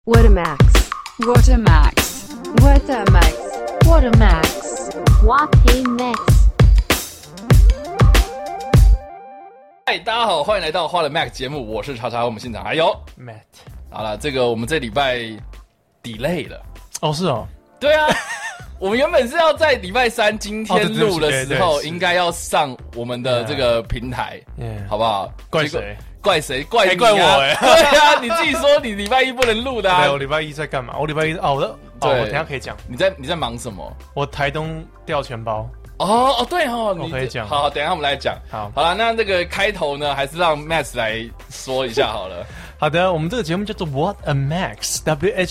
What a max. What a max. What a max. What a max. What a max. 嗨，大家好，欢迎来到花了 Max 节目，我是查查，我们现场还有 Matt。 好了，这个我们这礼拜 delay 了。 哦，是哦， 对啊，我们原本是要在礼拜三今天录的时候，应该要上我们的这个平台，好不好？ 怪谁？ 怪谁？怪你啊！ 怪我欸对啊，你自己说你礼拜一不能录的啊。 对，我礼拜一在干嘛？我礼拜一我等一下可以讲。 你在忙什么？ 我台东掉钱包。 对哦， 我可以讲。 好，等一下我们来讲。好了，那这个开头呢，还是让 Max 来说一下好了。 好的，我们这个节目叫做 What a Max，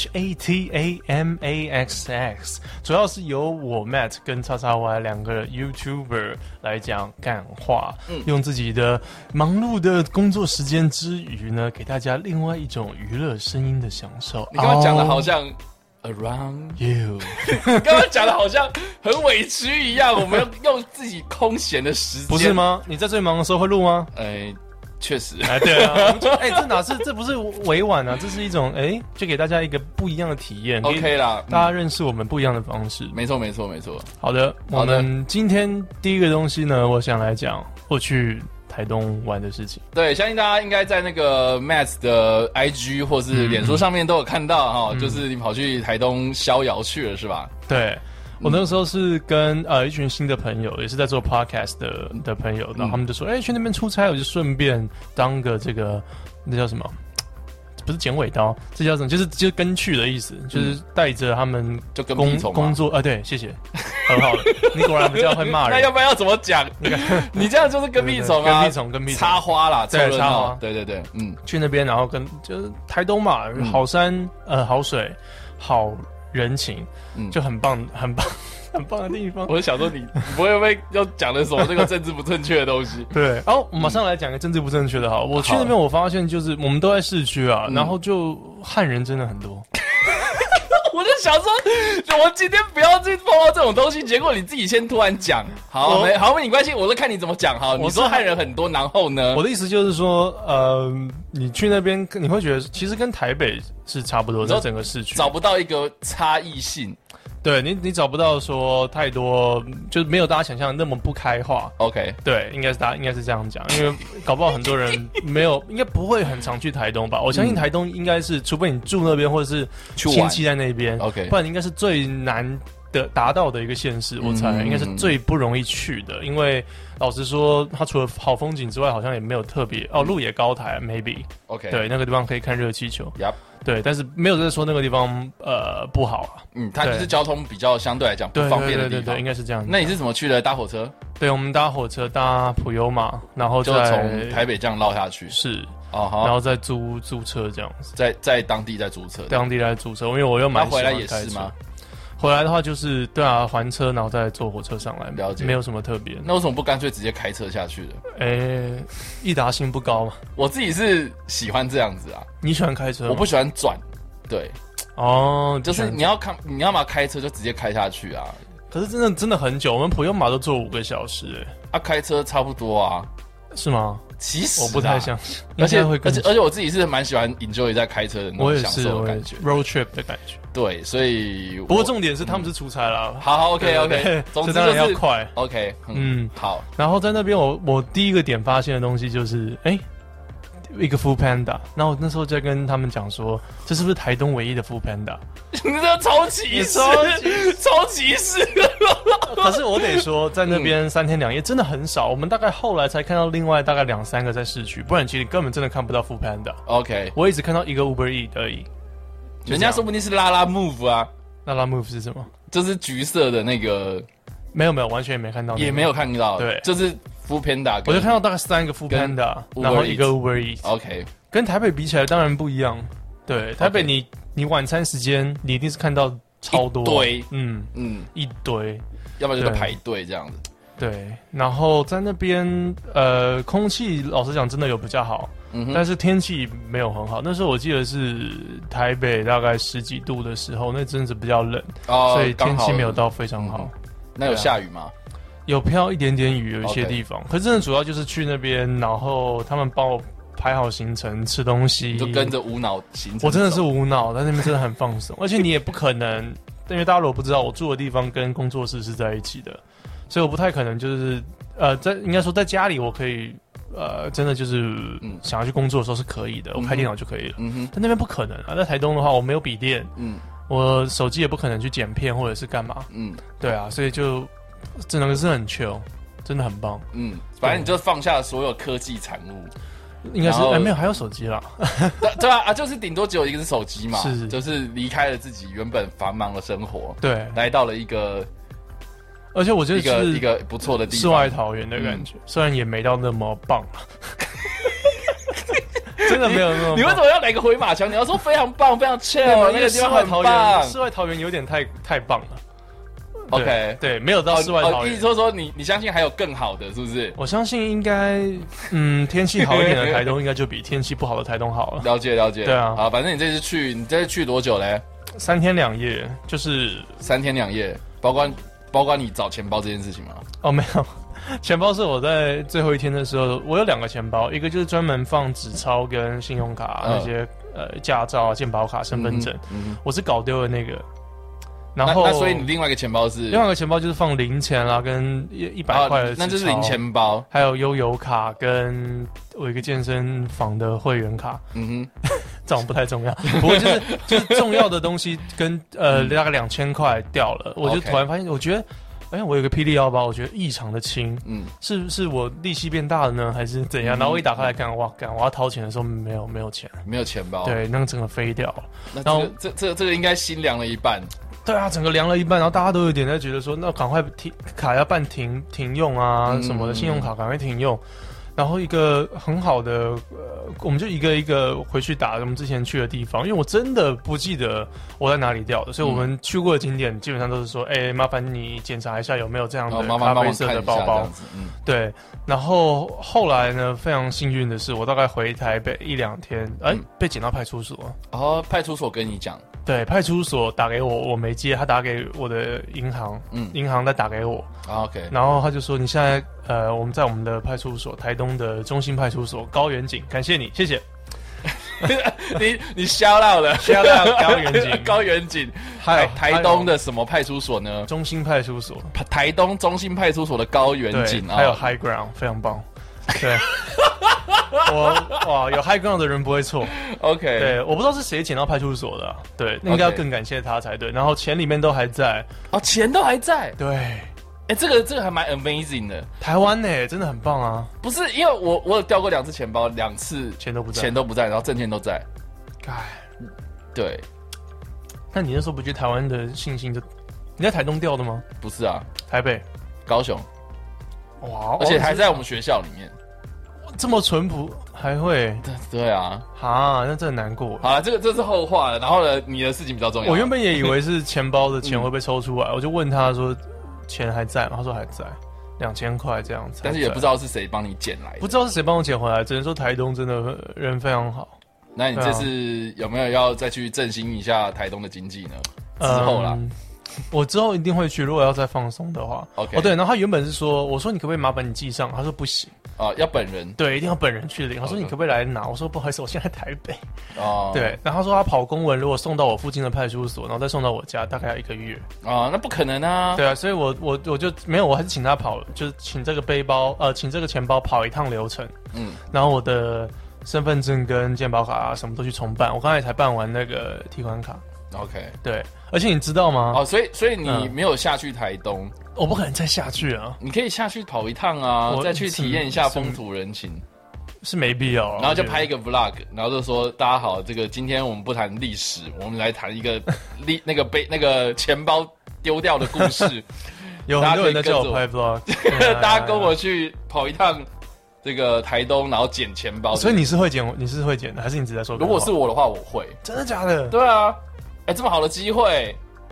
WHATAMAXX， 主要是由我 Matt 跟叉叉 Y 两个 YouTuber 来讲干话，用自己的忙碌的工作时间之余呢，给大家另外一种娱乐声音的享受。 你刚刚讲的好像。Around you， 刚刚讲的好像很委屈一样，我们要用自己空闲的时间， 不是吗？你在最忙的时候会录吗？ 确实， 对啊，这哪是这不是委婉啊，这是一种就给大家一个不一样的体验 ，OK 啦， 大家认识我们不一样的方式， 没错。 好的，我们今天第一个东西呢，我想来讲我去台东玩的事情。对， 相信大家应该在那个 Matt 的 IG 或是脸书上面都有看到哈，就是你跑去台东逍遥去了是吧？ 对，我那个时候是跟一群新的朋友，也是在做 podcast 的朋友，然后他们就说，去那边出差，我就顺便当个这个那叫什么？不是剪尾刀，这叫什么？就是跟去的意思，就是带着他们就跟屁虫工作对，谢谢，很好的，你果然比较会骂人。 那要不然要怎么讲？你这样就是跟屁虫啊， 跟屁虫插花啦， 对，插花， 对， 去那边然后就是台东嘛，好山好水好人情，就很棒的地方。 我就想说你不会要讲的什么这个政治不正确的东西？ 对，我马上来讲个政治不正确的好。我去那边我发现就是我们都在市区啊，然后就汉人真的很多。 我就想说，我今天不要去碰到这种东西，结果你自己先突然讲，好，没关系，我都看你怎么讲。好，你说汉人很多，然后呢？ 我的意思就是说，你去那边你会觉得其实跟台北是差不多，在整个市区找不到一个差异性。 对你找不到说太多，就是没有大家想象的那么不开化。 OK， 对，应该是这样讲，因为搞不好很多人没有，应该不会很常去台东吧？我相信台东应该是，除非你住那边或者是亲戚在那边 ，OK， 不然应该是最难的达到的一个县市，我猜应该是最不容易去的，因为老实说，它除了好风景之外，好像也没有特别鹿野高台 maybe OK， 对，那个地方可以看热气球。 Yep。 对，但是没有在说那个地方不好啊。 它就是交通比较相对来讲不方便的地方。 对，应该是这样。 那你是怎么去的？搭火车？ 对，我们搭火车搭普悠玛，然后就从台北这样绕下去。 是然后再租车这样子， 在当地再租车。 当地来租车，因为我又蛮喜欢回来也是吗？ 回来的话就是对啊，还车然后再坐火车上来， 了解， 没有什么特别。 那为什么不干脆直接开车下去的？易达性不高嘛。我自己是喜欢这样子啊。 你喜欢开车吗？ 我不喜欢转。对，就是你要嘛开车就直接开下去啊。 可是真的很久，我们普悠玛都坐5个小时开车差不多啊。是吗？ 其实我不太相信， 而且我自己是蛮喜欢 enjoy 在开车的那种享受的感觉 ，road trip 的感觉。 对，所以不过重点是他们是出差啦。 好 ，OK， 总之当然要快 ，OK， 好。 然后在那边我第一个点发现的东西就是一个 Food Panda， 然后我那时候在跟他们讲说，这是不是台东唯一的 Food Panda？ 你这超歧视，超歧视！ 可是我得说，在那边3天2夜真的很少，我们大概后来才看到另外大概2-3个在市区，不然其实根本真的看不到 Food Panda。OK， 我一直看到一个 Uber Eats 而已。 人家说不定是拉拉 Move 啊， 拉拉 Move 是什么？ 就是橘色的那个。 没有，完全也没看到， 也没有看到。对，就是 Food Panda， 我就看到大概3个 Food Panda， 然后一个 Uber Eats。OK， 跟台北比起来当然不一样。对，台北你晚餐时间你一定是看到超多一堆， 一堆， 要不然就是排队这样子。 对，然后在那边空气老实讲真的有比较好，但是天气没有很好。那时候我记得是台北大概10几度的时候，那阵子比较冷，所以天气没有到非常好。 那有下雨吗？ 有飘一点点雨，有一些地方。可是真的主要就是去那边，然后他们排好行程、吃东西， 就跟着无脑行程。 我真的是无脑，在那边真的很放松，而且你也不可能，因为大家如果不知道，我住的地方跟工作室是在一起的，所以我不太可能就是应该说在家里我可以真的就是想要去工作的时候是可以的，我开电脑就可以了。但那边不可能啊，在台东的话，我没有笔电，我手机也不可能去剪片或者是干嘛，对啊，所以就只能是很 chill， 真的很棒。 反正你就放下所有科技产物。 应该是没有，还有手机啦。 对啊，就是顶多只有一个是手机嘛， 是就是离开了自己原本繁忙的生活， 对， 来到了一个， 而且我觉得一个不错的地方， 世外桃源的感觉，虽然也没到那么棒，真的没有那么棒。 你为什么要来个回马枪？你要说非常棒，非常 chill， 那个地方很棒。 世外桃源有点太棒了。 OK， 对，没有到世外桃源。 意思说你相信还有更好的，是不是？ 我相信应该，天气好一点的台东应该就比天气不好的台东好了。 了解。对啊， 好，反正你这次去多久嘞 ？3天2夜，就是 3天2夜，包括你找钱包这件事情吗？ 哦，没有，钱包是我在最后一天的时候，我有2个钱包，一个就是专门放纸钞跟信用卡那些驾照、健保卡、身份证，我是搞丢了那个。然后， 那所以你另外一个钱包是？ 另外一个钱包就是放零钱啦，跟100块的纸钞， 那就是零钱包， 还有悠游卡，跟我有一个健身房的会员卡。这种不太重要，不过就是重要的东西跟大概2000块掉了，我就突然发现，我觉得。我有个霹雳腰包，我觉得异常的轻，是我力气变大了呢，还是怎样？然后我一打开来看，哇，我要掏钱的时候没有钱， 没有钱包， 对，那个整个飞掉了。 然后这个应该心凉了一半， 对啊，整个凉了一半，然后大家都有点在觉得说，那赶快卡要办停用啊什么的，信用卡赶快停用。然后一个很好的，我们就一个一个回去打我们之前去的地方，因为我真的不记得我在哪里掉的，所以我们去过的景点基本上都是说，麻烦你检查一下有没有这样的咖啡色的包包。对，然后后来呢，非常幸运的是，我大概回台北1-2天，被捡到派出所。 然后派出所跟你讲。 对，派出所打给我，我没接，他打给我的银行，银行再打给我。 OK， 然后他就说你现在我们在我们的派出所，台东的中心派出所高远景，感谢你，谢谢。 你shout out 了 ，shout out 高远景， 高远景，台东的什么派出所呢？ 中心派出所， 台东中心派出所的高远景， 还有 High Ground， 非常棒。对，有 High Ground 的人不会错。 OK， 对，我不知道是谁捡到派出所的，对，应该要更感谢他才对。然后钱里面都还在， 钱都还在， 对。 这个还蛮 amazing 的。 台湾呢，真的很棒啊！ 不是因为我有掉过2次钱包，2次钱都不在， 然后证件都在。对。 那你那时候不觉得台湾的信心就？你在台东掉的吗？ 不是啊， 台北、 高雄。哇！而且还在我们学校里面。 这么淳朴，还会？ 对啊。 那真的难过。 好了，这是后话了。然后呢，你的事情比较重要。 我原本也以为是钱包的钱会被抽出来，我就问他说。钱还在吗？他说还在，2000块这样子。 但是也不知道是谁帮你捡来的， 不知道是谁帮我捡回来，只能说台东真的人非常好。 那你这次有没有要再去振兴一下台东的经济呢？之后啦， 我之后一定会去，如果要再放松的话。 OK， 对，然后他原本是说，我说你可不可以麻烦你寄上？他说不行。 要本人， 对，一定要本人去领。他说你可不可以来拿？我说不好意思，我现在在台北。 哦， 对，然后他说他跑公文，如果送到我附近的派出所，然后再送到我家，大概要1个月。 那不可能啊。 对啊，所以我就没有，我还是请他跑，就是请这个请这个钱包跑一趟流程。然后我的身份证跟健保卡什么都去重办，我刚才才办完那个提款卡。 OK， 对，而且你知道吗？ 所以你没有下去台东。 我不可能再下去啊！ 你可以下去跑一趟啊，再去体验一下风土人情， 是没必要。 然后就拍一个 vlog， 然后就说大家好，今天我们不谈历史，我们来谈一个那个钱包丢掉的故事。 有很多人在叫我拍 vlog， 大家跟我去跑一趟这个台东，然后捡钱包。 所以你是会捡的，还是你只在说？ 如果是我的话，我会。 真的假的？ 对啊，这么好的机会。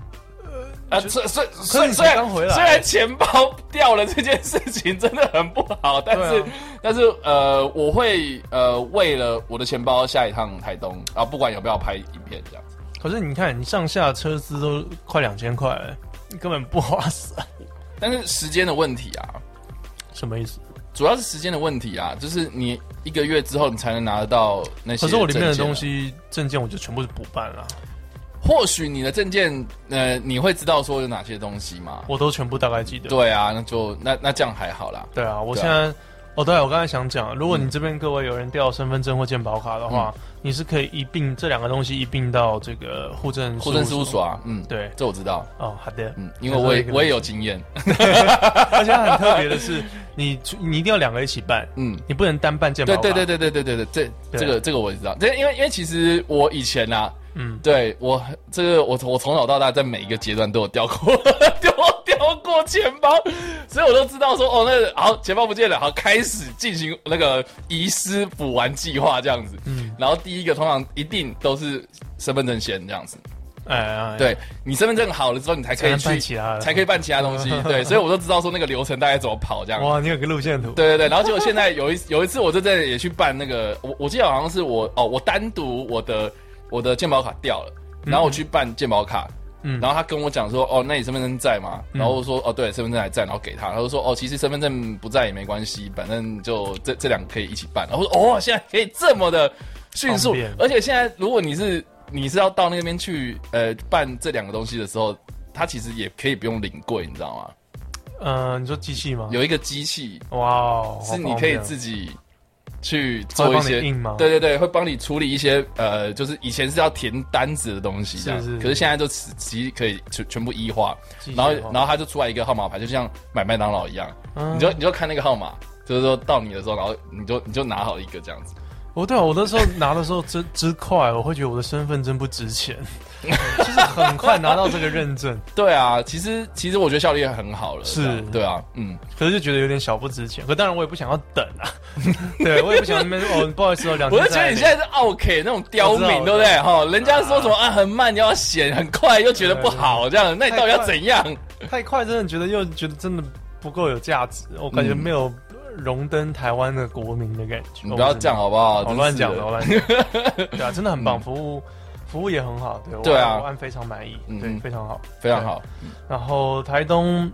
虽然钱包掉了这件事情真的很不好，但是我会为了我的钱包下一趟台东，然后不管有没有拍影片这样子。 可是你看，你上下车资都快2000块了，你根本不划算。 但是时间的问题啊， 什么意思？ 主要是时间的问题啊，就是你 1个月之后你才能拿得到那些。 可是我里面的东西证件我就全部是补办了。 或许你的证件，你会知道说有哪些东西吗？ 我都全部大概记得。 对啊，那这样还好啦。 对啊，我现在对，我刚才想讲，如果你这边各位有人调身份证或健保卡的话，你是可以一并这2个东西一并到这个户政事务所啊。对，这我知道。 哦，好的。 因为我也有经验。 而且很特别的是，你一定要2个一起办。你不能单办健保卡。 对，这个我也知道。因为其实我以前啊。对我从小到大在每一个阶段都有掉过钱包，所以我都知道说好钱包不见了，好开始进行那个遗失补完计划这样子。然后第一个通常一定都是身份证先这样子。对你身份证好了之后，你才可以办其他东西。对，所以我都知道说那个流程大概怎么跑这样。 哇，你有个路线图。 对，然后结果现在有一次我就真的也去办那个，我记得好像是我单独我的健保卡掉了，然后我去办健保卡，然后他跟我讲说，那你身份证在吗？然后我说，对，身份证还在，然后给他，他就说，其实身份证不在也没关系，反正就这2个可以一起办。然后我说，现在可以这么的迅速，而且现在如果你是要到那边去办这2个东西的时候，它其实也可以不用领柜，你知道吗？你说机器吗？ 有一个机器， 哇， 是你可以自己去做一些，对，会帮你处理一些就是以前是要填单子的东西这样，可是现在就其实可以全部医化，然后他就出来一个号码牌，就像买麦当劳一样，你就看那个号码，就是说到你的时候，然后你就拿好一个这样子。 对啊，我那时候拿的时候之快，我会觉得我的身份真不值钱，就是很快拿到这个认证。 对啊，其实我觉得效率很好了。 是， 对啊， 可是就觉得有点小不值钱。可当然我也不想要等啊，对我也不想那边不好意思2天。 我就觉得你现在是OK 那种刁民，对不对？人家说什么很慢又要嫌，很快又觉得不好这样，那你到底要怎样？ 太快真的觉得真的不够有价值，我感觉没有荣登台湾的国民的感觉。 你不要这样好不好？ 我乱讲。对啊，真的很棒，服务也很好。对啊，我非常满意。对，非常好， 非常好。 然后台东，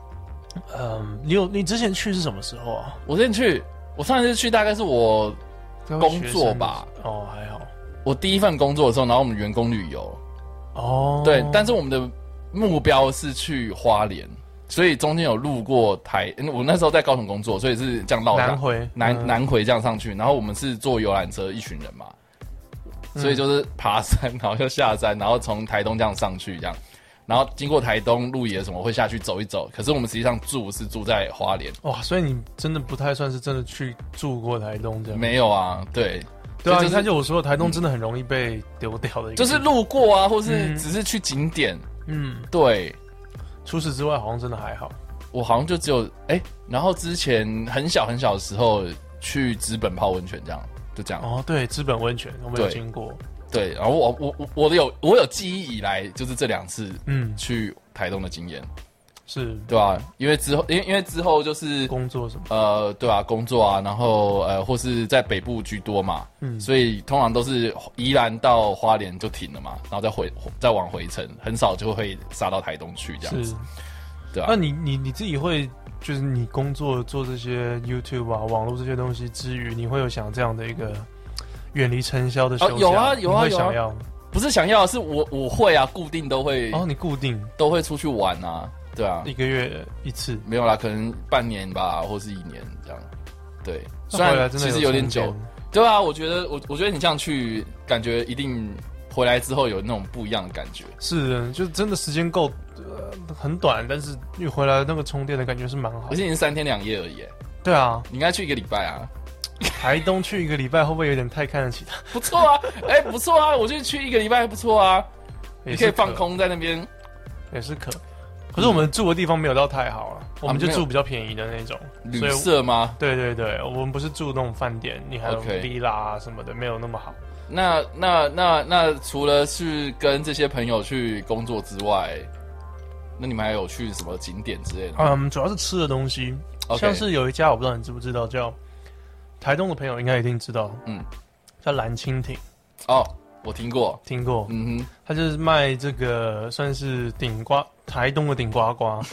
你之前去是什么时候啊？ 我上一次去大概是我工作吧。 还好。我第一份工作的时候，然后我们员工旅游。对，但是我们的目标是去花莲。所以中间有路过我那时候在高雄工作，所以是这样绕南回这样上去，然后我们是坐游览车一群人嘛，所以就是爬山，然后又下山，然后从台东这样上去这样，然后经过台东鹿野什么会下去走一走，可是我们实际上是住在花莲。 哇，所以你真的不太算是真的去住过台东这样？ 没有啊，对啊，你看就我说台东真的很容易被丢掉的一个， 就是路过啊，或是只是去景点，对。 除此之外，好像真的还好。 我好像就只有然后之前很小的时候去资本泡温泉，这样就这样。 对，资本温泉我们有经过。 对，然后我有记忆以来就是这2次去台东的经验， 是对啊，因为之后就是工作什么对啊，工作啊，然后或是在北部居多嘛，所以通常都是宜兰到花莲就停了嘛，然后再往回程，很少就会杀到台东去这样子，对啊。 那你自己会就是你工作做这些 YouTube 啊、网络这些东西之余，你会有想这样的一个远离尘嚣的休假？ 有啊， 你会想要？ 不是想要，是我会啊，固定都会。 你固定都会出去玩啊。对啊 ，1个月1次没有啦，可能半年吧，或是1年这样。对，虽然其实有点久，对啊，我觉得你这样去，感觉一定回来之后有那种不一样的感觉。 是，就真的时间够很短，但是你回来那个充电的感觉是蛮好。 而且你是3天2夜而已。 对啊， 你应该去1个礼拜啊。 台东去1个礼拜会不会有点太看得起他？ 不错啊，不错啊，我觉得去1个礼拜还不错啊，你可以放空在那边， 也是可。可是我们住的地方没有到太好了，我们就住比较便宜的那种旅社吗？ 对，我们不是住那种饭店，你还有 villa 啊什么的，没有那么好。 那除了是跟这些朋友去工作之外，那你们还有去什么景点之类的？ 主要是吃的东西，像是有一家我不知道你知不知道，叫台东的朋友应该一定知道，叫蓝蜻蜓。 我听过， 他就是卖这个算是台东的顶呱呱，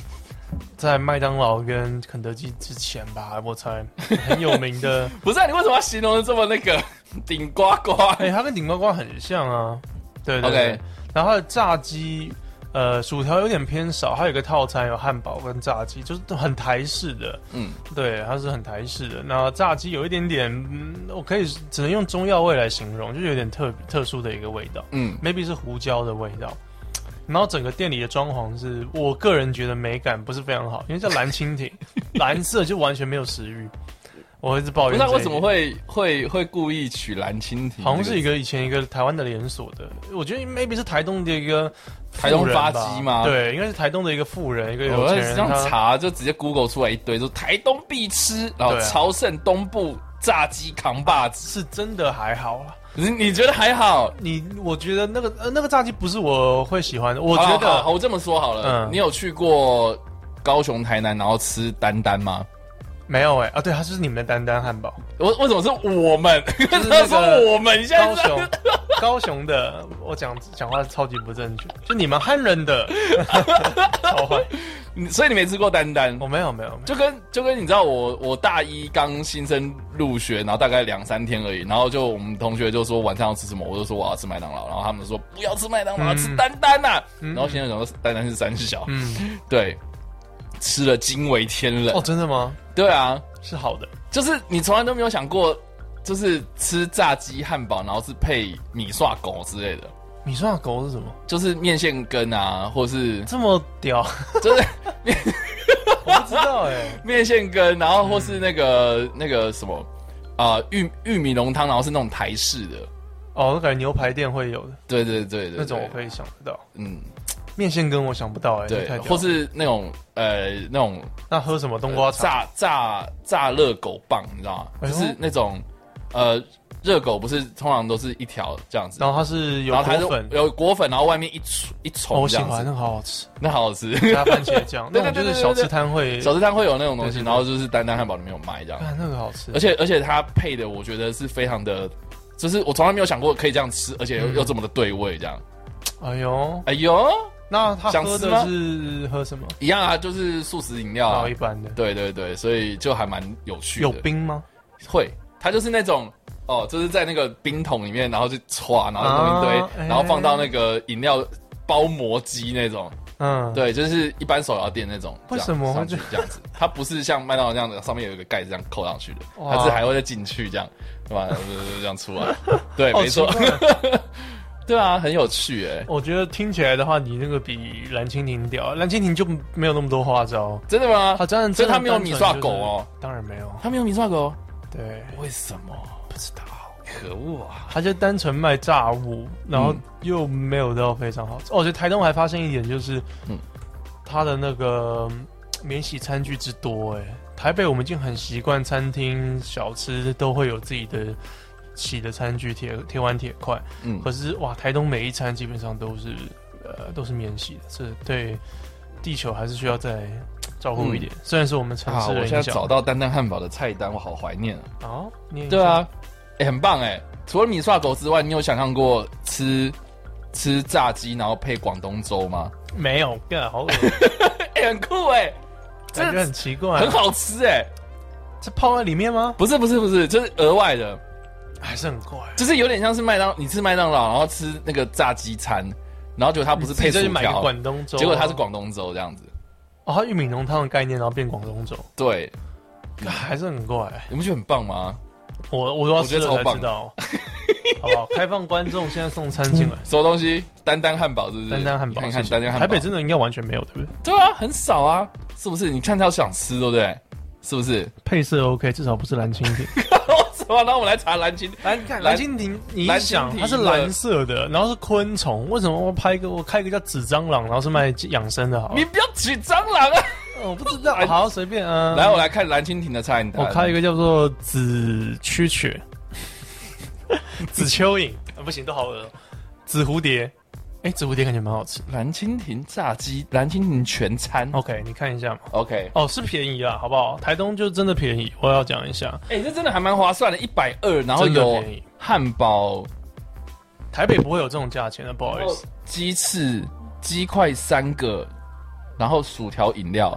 在麦当劳跟肯德基之前吧，我猜很有名的。 不是啊，你为什么要形容的这么那个顶呱呱？ 它跟顶呱呱很像啊。对对对。 OK 然后它的炸鸡，薯条有点偏少，它有个套餐有汉堡跟炸鸡，就是很台式的。对，它是很台式的。那炸鸡有一点点，我可以只能用中药味来形容，就有点特殊的一个味道。maybe 是胡椒的味道。然后整个店里的装潢是我个人觉得美感不是非常好，因为叫蓝蜻蜓，蓝色就完全没有食欲。我一直抱怨这一点， 不知道为什么会故意取蓝蜻蜓， 好像是以前一个台湾的连锁的，我觉得 maybe 是台东的一个台东发鸡吗？ 对，应该是台东的一个富人，一个有钱人。 我这样查就直接 Google 出来一堆，说台东必吃，然后朝圣东部炸鸡扛把子， 是真的还好啦。 你觉得还好？ 我觉得那个炸鸡不是我会喜欢的。我觉得， 我这么说好了，你有去过高雄、台南，然后吃丹丹吗？ 没有对，它就是你们的丹丹汉堡。 为什么是我们？ 就是那个说我们现在高雄的，我讲话超级不正确，就你们汉人的，超坏。 所以你没吃过丹丹？ 我没有，就跟你知道我大一刚新生入学，然后大概2-3天而已，然后就我们同学就说晚上要吃什么，我就说我要吃麦当劳，然后他们说不要吃麦当劳，吃丹丹啊。然后现在讲说丹丹是3小，对，吃了惊为天人。 哦，真的吗？ 对啊， 是好的， 就是你从来都没有想过，就是吃炸鸡汉堡，然后是配米刷狗之类的。 米刷狗是什么？就是面线羹啊，或是这么屌， 就是我不知道面线羹，然后或是那个什么玉米浓汤，然后是那种台式的。 我感觉牛排店会有的。对， 那种我可以想得到。面线羹我想不到对，或是那种那喝什么冬瓜茶？ 炸热狗棒，你知道吗？就是那种热狗不是通常都是一条这样子， 然后它是有果粉， 然后外面一重这样子。我喜欢， 那好好吃， 那好好吃， 加番茄酱。那种就是小吃摊会有那种东西，然后就是丹丹汉堡里面有卖这样。 那个好吃， 而且它配的我觉得是非常的，就是我从来没有想过可以这样吃，而且又这么的对味这样。哎呦。 那他喝的是喝什么？ 一样啊，就是素食饮料啊， 一般的。 对，所以就还蛮有趣的。 有冰吗？ 会，它就是那种就是在那个冰桶里面，然后就歘，然后弄一堆，然后放到那个饮料包膜机那种。对，就是一般手摇店那种。 为什么会这样子？它不是像麦当劳这样的，上面有一个盖子这样扣上去的，它是还会再进去这样，对吧？这样出来。对，没错。对啊，很有趣我觉得听起来的话，你那个比蓝蜻蜓屌。蓝蜻蜓就没有那么多花招。 真的吗？ 所以他没有米刷狗当然没有， 他没有米刷狗。 对， 为什么？不知道，可恶啊！ 他就单纯卖炸物，然后又没有到非常好吃。我觉得台东还发现一点就是，他的那个免洗餐具之多台北我们已经很习惯餐厅小吃都会有自己的洗的餐具、铁碗、铁块，可是哇，台东每一餐基本上都是免洗的，这对地球还是需要再照顾一点。虽然是我们城市人， 我现在找到丹丹汉堡的菜单，我好怀念啊！ 对啊，很棒除了米刷狗之外，你有想象过吃炸鸡然后配广东粥吗？ 没有，好恶很酷感觉很奇怪， 很好吃这泡在里面吗？ 不是，就是额外的。 还是很怪， 就是有点像是你吃麦当劳，然后吃那个炸鸡餐，然后结果它不是配薯条， 买个广东粥， 结果它是广东粥这样子。 它玉米浓汤的概念，然后变广东粥。 对， 还是很怪。 你不觉得很棒吗？ 我都要吃了才知道。好不好？开放观众现在送餐进来。 什么东西？丹丹汉堡是不是？ 丹丹汉堡， 看丹丹汉堡。 台北真的应该完全没有，对不对？ 对啊，很少啊，是不是？你看到想吃，对不对？是不是？ 配色 OK， 至少不是蓝蜻蜓。 然后我们来查蓝蜻蜓，你想它是蓝色的，然后是昆虫，为什么我开一个叫紫蟑螂，然后是卖养生的？好， 你不要取蟑螂啊！ 我不知道，好随便来，我来看蓝蜻蜓的菜单。 我开一个叫做紫蛐雀、紫蚯蚓，不行，都好恶。紫蝴蝶，紫蝴蝶感觉蛮好吃。 蓝蜻蜓炸鸡，蓝蜻蜓全餐。 OK， 你看一下嘛。 OK， 是便宜啊，好不好？台东就真的便宜，我要讲一下。 这真的还蛮划算的，120，然后有汉堡。 台北不会有这种价钱的，不好意思。 鸡翅、鸡块3个，然后薯条、饮料。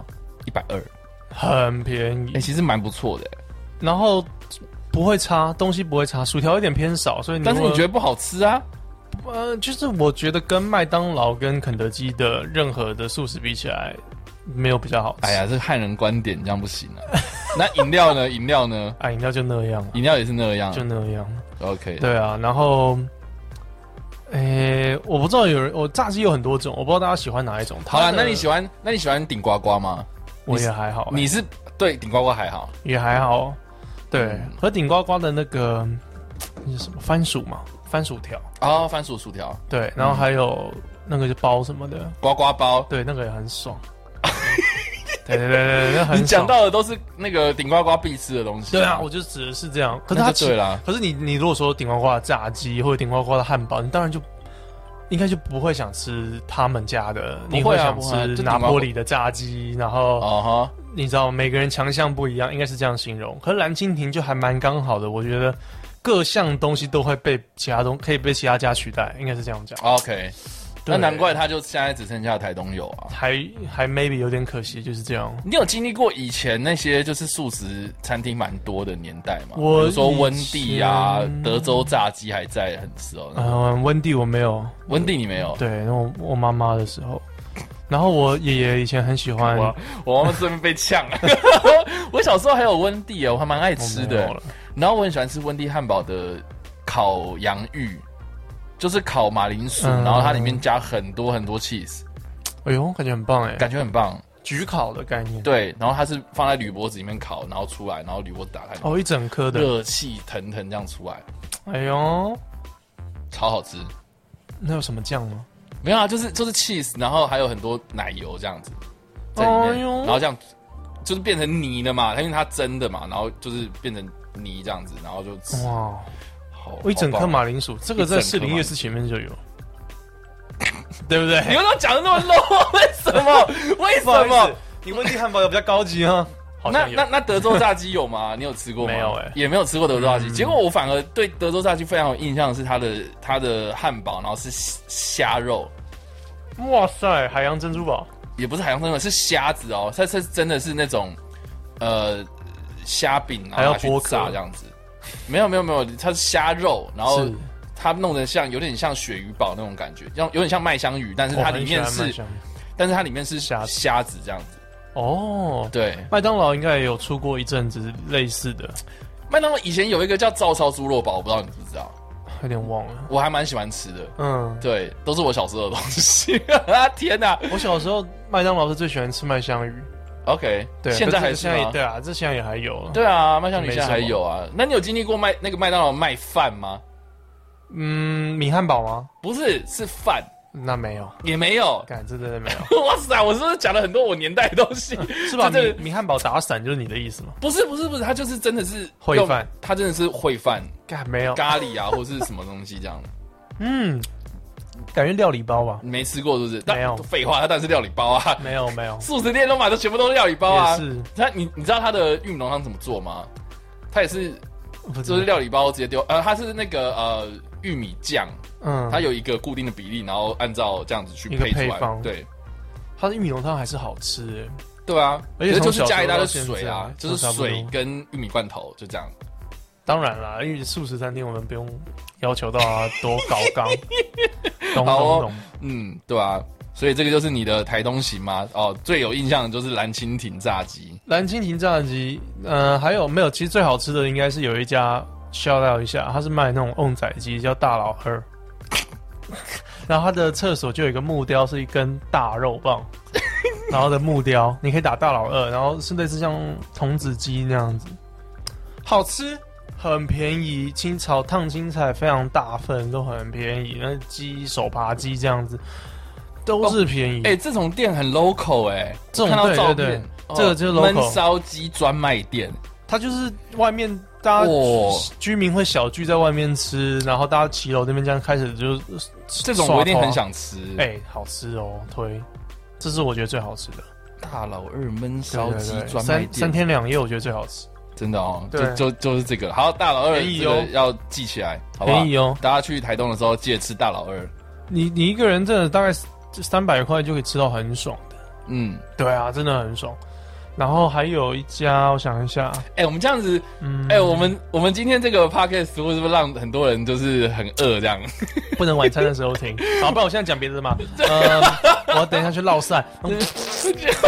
120， 很便宜， 其实蛮不错的。 然后不会差，东西不会差，薯条有点偏少，所以但是你觉得不好吃啊？ 就是我觉得跟麦当劳跟肯德基的任何的素食比起来，没有比较好吃。 哎呀，这汉人观点这样不行啊。那饮料呢？饮料呢？ 啊，饮料就那样， 饮料也是那样， 就那样。 OK。 对啊，然后，我不知道炸鸡有很多种，我不知道大家喜欢哪一种。 好啦，那你喜欢顶呱呱吗？ 我也还好。 你是对顶呱呱还好？ 也还好。对，和顶呱呱的那个那是什么番薯嘛？番薯条哦，番薯薯条。 对，然后还有那个就包什么的呱呱包， 对，那个也很爽。对，那很爽。 你讲到的都是那个顶呱呱必吃的东西。 对啊，我就指的是这样。可是它对啦。 可是你如果说顶呱呱的炸鸡或者顶呱呱的汉堡，你当然就应该就不会想吃他们家的，你会想吃拿坡里的炸鸡，然后你知道每个人强项不一样，应该是这样形容。可是蓝蜻蜓就还蛮刚好的，我觉得各项东西都会被可以被其他家取代，应该是这样讲。 OK， 那难怪他就现在只剩下台东有啊， 还 maybe 有点可惜，就是这样。 你有经历过以前那些就是素食餐厅蛮多的年代吗？比如说温蒂啊、德州炸鸡还在很时候。 温蒂我没有， 温蒂你没有？ 对，我妈妈的时候。然后我爷爷以前很喜欢， 我妈妈这边被呛了。我小时候还有温蒂我还蛮爱吃的。然后我很喜欢吃温蒂汉堡的烤洋芋，就是烤马铃薯，然后它里面加很多很多 cheese。 哎呦，感觉很棒哎， 感觉很棒， 焗烤的概念。 对，然后它是放在铝箔纸里面烤，然后出来，然后铝箔纸打开， 一整颗的热气腾腾这样出来。 哎呦， 超好吃。 那有什么酱吗？ 没有啊，就是 cheese， 然后还有很多奶油这样子在里面，然后这样就是变成泥了嘛，因为它蒸的嘛，然后就是变成泥这样子，然后就吃。哇， 一整颗马铃薯，这个在士林夜市前面就有，对不对？ 你为什么讲的那么 low？ 为什么？为什么？ 你温蒂汉堡有比较高级啊？ 那德州炸鸡有吗？你有吃过吗？ 没有也没有吃过德州炸鸡。结果我反而对德州炸鸡非常有印象的是它的汉堡，然后是虾肉。 哇塞，海洋珍珠堡也不是海洋珍珠堡，是虾子哦。它是真的是那种虾饼，然后拿去炸这样子。没有，它是虾肉，然后它弄得有点像鳕鱼堡那种感觉，有点像麦香鱼，但是它里面是虾子这样子。哦，对， 麦当劳应该也有出过一阵子类似的。 麦当劳以前有一个叫照烧猪肉堡，我不知道你知不知道， 有点忘了。 我还蛮喜欢吃的，对，都是我小时候的东西。天哪！ 我小时候麦当劳是最喜欢吃麦香鱼。 OK， 对，现在还是吗？ 对啊，这现在也还有。 对啊，麦香鱼现在还有啊。那你有经历过那个麦当劳卖饭吗？ 米汉堡吗？ 不是，是饭。 那没有， 也没有， 真的没有。 哇塞，我是不是讲了很多我年代的东西？ 是吧？米汉堡打散就是你的意思吗？ 不是，它就是真的是烩饭， 它真的是烩饭， 没有咖喱啊，或是什么东西这样。 感觉料理包吧？ 没吃过是不是？ 没有， 废话，它当然是料理包啊。 没有， 素食店都买的全部都是料理包啊。 是， 你知道它的玉米浓汤怎么做吗？它也是，就是料理包直接丢。它是那个玉米酱。它有一个固定的比例，然后按照这样子去配出来。对， 它的玉米浓汤还是好吃诶。 对啊， 而且就是加一大堆水啊，就是水跟玉米罐头，就这样。 当然啦，因为素食餐厅我们不用要求到多高纲。懂。 对啊，所以这个就是你的台东行吗？最有印象的就是蓝蜻蜓炸鸡。 蓝蜻蜓炸鸡，还有没有？其实最好吃的应该是有一家shout out一下，它是卖那种瓮仔鸡，叫大老二。然后它的厕所就有一个木雕，是一根大肉棒，然后的木雕你可以打大老二，然后是类似像童子鸡那样子，好吃，很便宜，烫青菜非常大份，都很便宜。那鸡手扒鸡这样子都是便宜。 这种店很 local 这种看到照片对，这个就是 local 焖烧鸡专卖店， 它就是外面大家居民会小聚在外面吃，然后大家骑楼那边这样开始就这种我一定很想吃。 好吃哦，推，这是我觉得最好吃的大老二焖烧鸡专卖店 ，3天2夜我觉得最好吃。 真的哦，就是这个。好，大老二这个要记起来，好不好？ 便宜哦， 大家去台东的时候记得吃大老二。 你一个人真的大概300块就可以吃到很爽的。对啊，真的很爽。 然后还有一家，我想一下， 我们这样子，我们今天这个 podcast 是不是让很多人就是很饿这样？ 不能晚餐的时候听。好，不然我现在讲别的嘛。我要等一下去落赛。不要这样，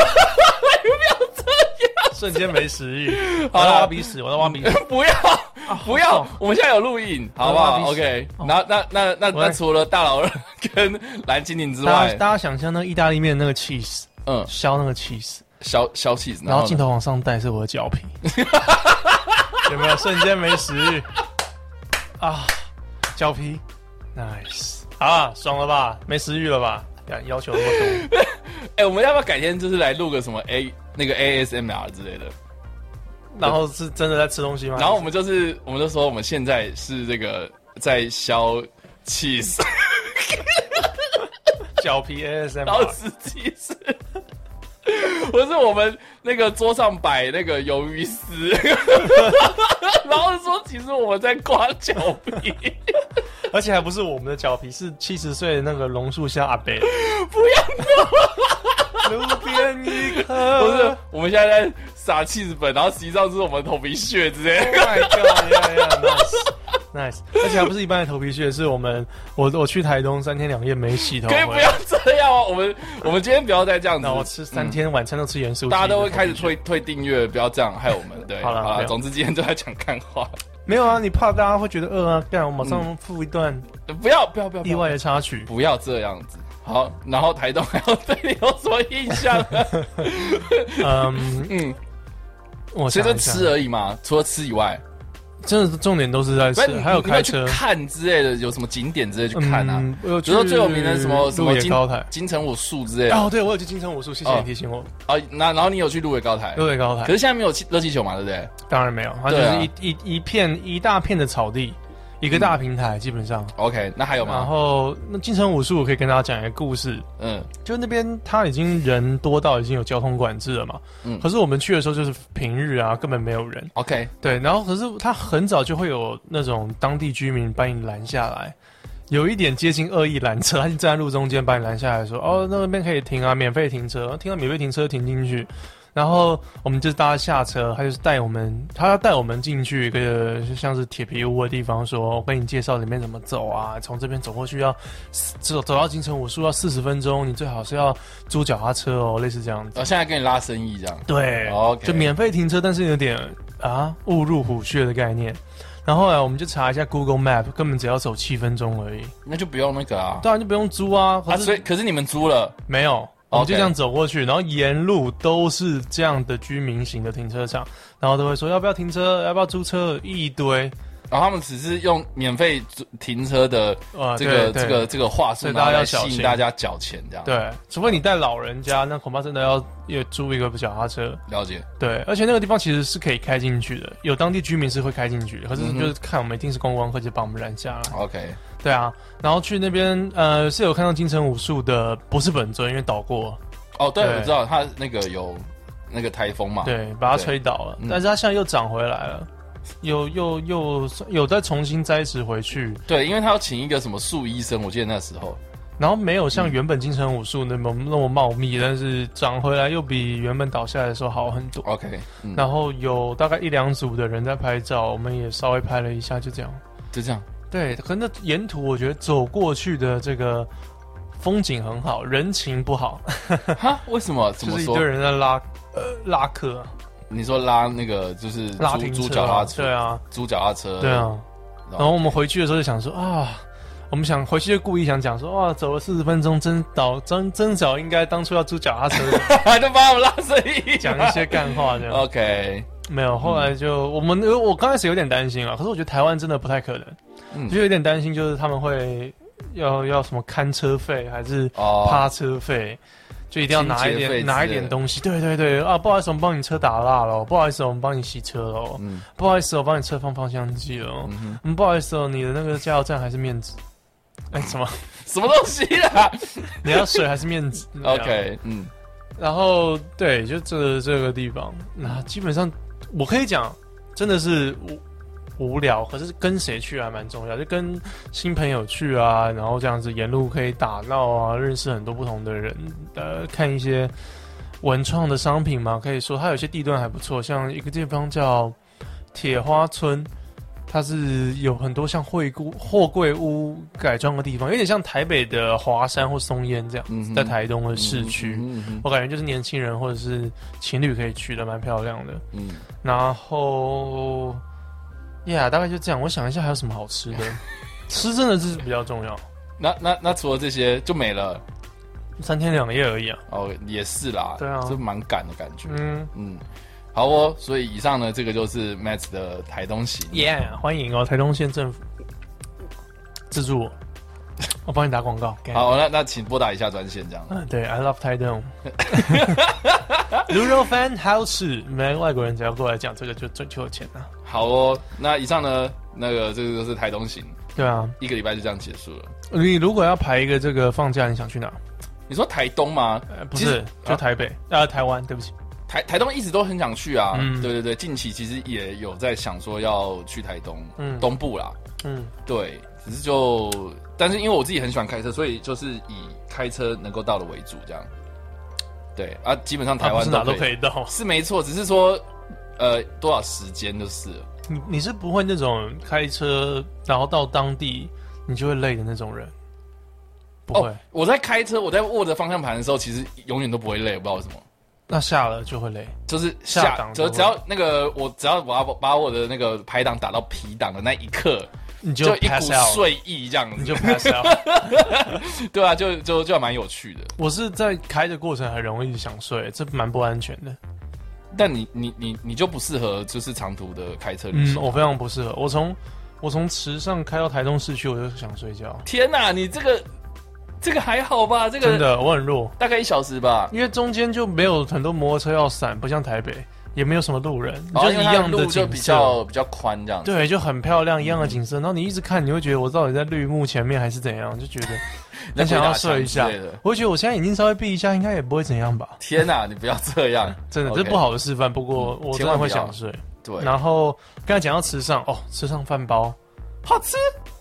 瞬间没食欲。好了，挖鼻屎，我在挖鼻屎。 不要，我们现在有录影，好不好 ？OK。那除了大老二跟蓝蜻蜓之外， 大家想象那个意大利面那个 cheese， 削那个 cheese。消 cheese， 然后镜头往上带是我的脚皮，有没有瞬间没食欲啊？脚皮 ，nice 啊，爽了吧？没食欲了吧？要求那么多。我们要不要改天就是来录个什么那个 ASMR 之类的？ 然后是真的在吃东西吗？ 然后我们就说我们现在是这个在削 cheese， 脚皮 ASMR， 然后实际是。不是我们那个桌上摆那个鱿鱼丝，然后说其实我们在刮脚皮， 而且还不是我们的脚皮，是70岁的那个榕树下阿伯。 不要， 路边一棵， 不是，我们现在在撒cheese粉，然后实际上是我们头皮屑之类的。 Oh my god，nice， 而且还不是一般的头皮屑，是我去台东3天2夜没洗头。 可以不要这样啊！我们今天不要再这样子。 那我吃3天晚餐都吃盐酥鸡， 大家都会开始退订阅，不要这样害我们。对， 好了， 总之今天就在讲干话。 没有啊，你怕大家会觉得饿啊？干，我马上附一段。 不要意外的插曲， 不要这样子。好，然后台东还要对你有什么印象呢？我其实就吃而已嘛，除了吃以外。 真的重点都是在吃，还有开车看之类的，有什么景点之类去看啊？比如说最有名的什么金城武树之类的。 哦，对，我有去金城武树，谢谢你提醒我。 然后你有去鹿尾高台？ 鹿尾高台， 可是现在没有热气球嘛，对不对？ 当然没有，它就是一大片的草地。一个大平台基本上 OK， 那还有吗？ 然后那金城武树我可以跟大家讲一个故事，就那边它已经人多到已经有交通管制了嘛，可是我们去的时候就是平日啊，根本没有人 ，OK， 对，然后可是他很早就会有那种当地居民把你拦下来，有一点接近恶意拦车，他就站在路中间把你拦下来说，哦，那边可以停啊，免费停车，停到免费停车停进去。然后我们就大家下车，他就是他要带我们进去一个像是铁皮屋的地方，说我跟你介绍里面怎么走啊，从这边走过去要走到金城武树要40分钟，你最好是要租脚踏车哦，类似这样子。 现在跟你拉生意这样。 对 ，OK， 就免费停车，但是有点误入虎穴的概念。然后后来我们就查一下 Google Map， 根本只要走7分钟而已。 那就不用那个啊。 当然就不用租啊。 可是你们租了没有？我们就这样走过去，然后沿路都是这样的居民型的停车场，然后都会说要不要停车，要不要租车，一堆。 然后他们只是用免费停车的这个话术，然后来吸引大家缴钱这样。 对，除非你带老人家，那恐怕真的要租一个脚踏车。 了解。对， 而且那个地方其实是可以开进去的，有当地居民是会开进去的，可是就是看我们一定是观光客就把我们拦下来。 OK。 对啊，然后去那边是有看到金城武树的，不是本尊，因为倒过。 哦，对，我知道他那个有那个台风嘛， 对，把它吹倒了，但是它现在又长回来了，有再重新栽植回去。 对，因为他要请一个什么树医生，我记得那时候。 然后没有像原本金城武树那么茂密，但是长回来又比原本倒下来的时候好很多。 OK， 然后有大概1-2组的人在拍照，我们也稍微拍了一下，就这样。对，可是那沿途我觉得走过去的这个风景很好，人情不好。 哈？为什么？怎么说？ 就是一堆人在拉客。 你说拉那个就是租脚踏车？ 对啊， 租脚踏车。 对啊。然后我们回去的时候就想说我们想回去就故意想讲说走了40分钟，真早应该当初要租脚踏车的， 就把我们拉生意， 讲一些干话这样。 OK。 没有，后来就我刚开始有点担心啊，可是我觉得台湾真的不太可能，就有点担心，就是他们会要什么看车费还是趴车费，就一定要拿一点东西。对不好意思，我们帮你车打蜡了，不好意思，我们帮你洗车了，不好意思，我帮你车放方向机了，不好意思哦，你的那个加油站还是面纸。什么东西啊？ 你要水还是面纸 ？OK， 然后对，就这个地方，那基本上。我可以讲，真的是无聊，可是跟谁去还蛮重要，就跟新朋友去啊，然后这样子沿路可以打闹啊，认识很多不同的人，看一些文创的商品嘛，可以说它有些地段还不错，像一个地方叫铁花村，它是有很多像货柜屋改装的地方，有点像台北的华山或松烟这样，在台东的市区，我感觉就是年轻人或者是情侣可以去的，蛮漂亮的。然后大概就这样。我想一下还有什么好吃的，吃真的是比较重要。 那除了这些就没了 ，3天2夜而已啊。 哦，也是啦， 对啊， 就蛮赶的感觉。好哦，所以以上呢，这个就是 Max 的台东行。 欢迎哦，台东县政府资助我，我帮你打广告。 好，那请拨打一下专线这样。 对 ，I love 台东。卤肉饭好吃，没外国人只要过来讲这个就有钱了。 好哦，那以上呢，这个就是台东行。 对啊， 一个礼拜就这样结束了。 你如果要排一个这个放假，你想去哪？ 你说台东吗？ 不是，就台北台湾，对不起。 台东一直都很想去啊，对，近期其实也有在想说要去台东，东部啦，对，只是但是因为我自己很喜欢开车，所以就是以开车能够到的为主，这样，对啊，基本上台湾是哪都可以到， 是没错，只是说多少时间就是了。 你是不会那种开车然后到当地你就会累的那种人，不会。 我在开车，我在握着方向盘的时候，其实永远都不会累，我不知道为什么。 那下了就会累， 就是下档， 只要那个只要我要把我的那个排档打到 P 档的那一刻， 你就一股睡意这样子， 你就 pass out。 对啊，就蛮有趣的。我是在开的过程很容易想睡，这蛮不安全的。 但你就不适合就是长途的开车旅行。 我非常不适合。我从池上开到台东市区，我就想睡觉。 天哪，你这个还好吧？这个真的我很弱， 大概1小时吧。 因为中间就没有很多摩托车要闪，不像台北，也没有什么路人，就是一样的景色， 比较宽这样子。 对，就很漂亮，一样的景色。然后你一直看，你会觉得我到底在绿幕前面还是怎样，就觉得很想要睡一下。我觉得我现在眼睛稍微闭一下，应该也不会怎样吧？ 天哪，你不要这样， 真的这是不好的示范。不过我真的会想睡。 对， 然后刚才讲到池上，池上饭包好吃。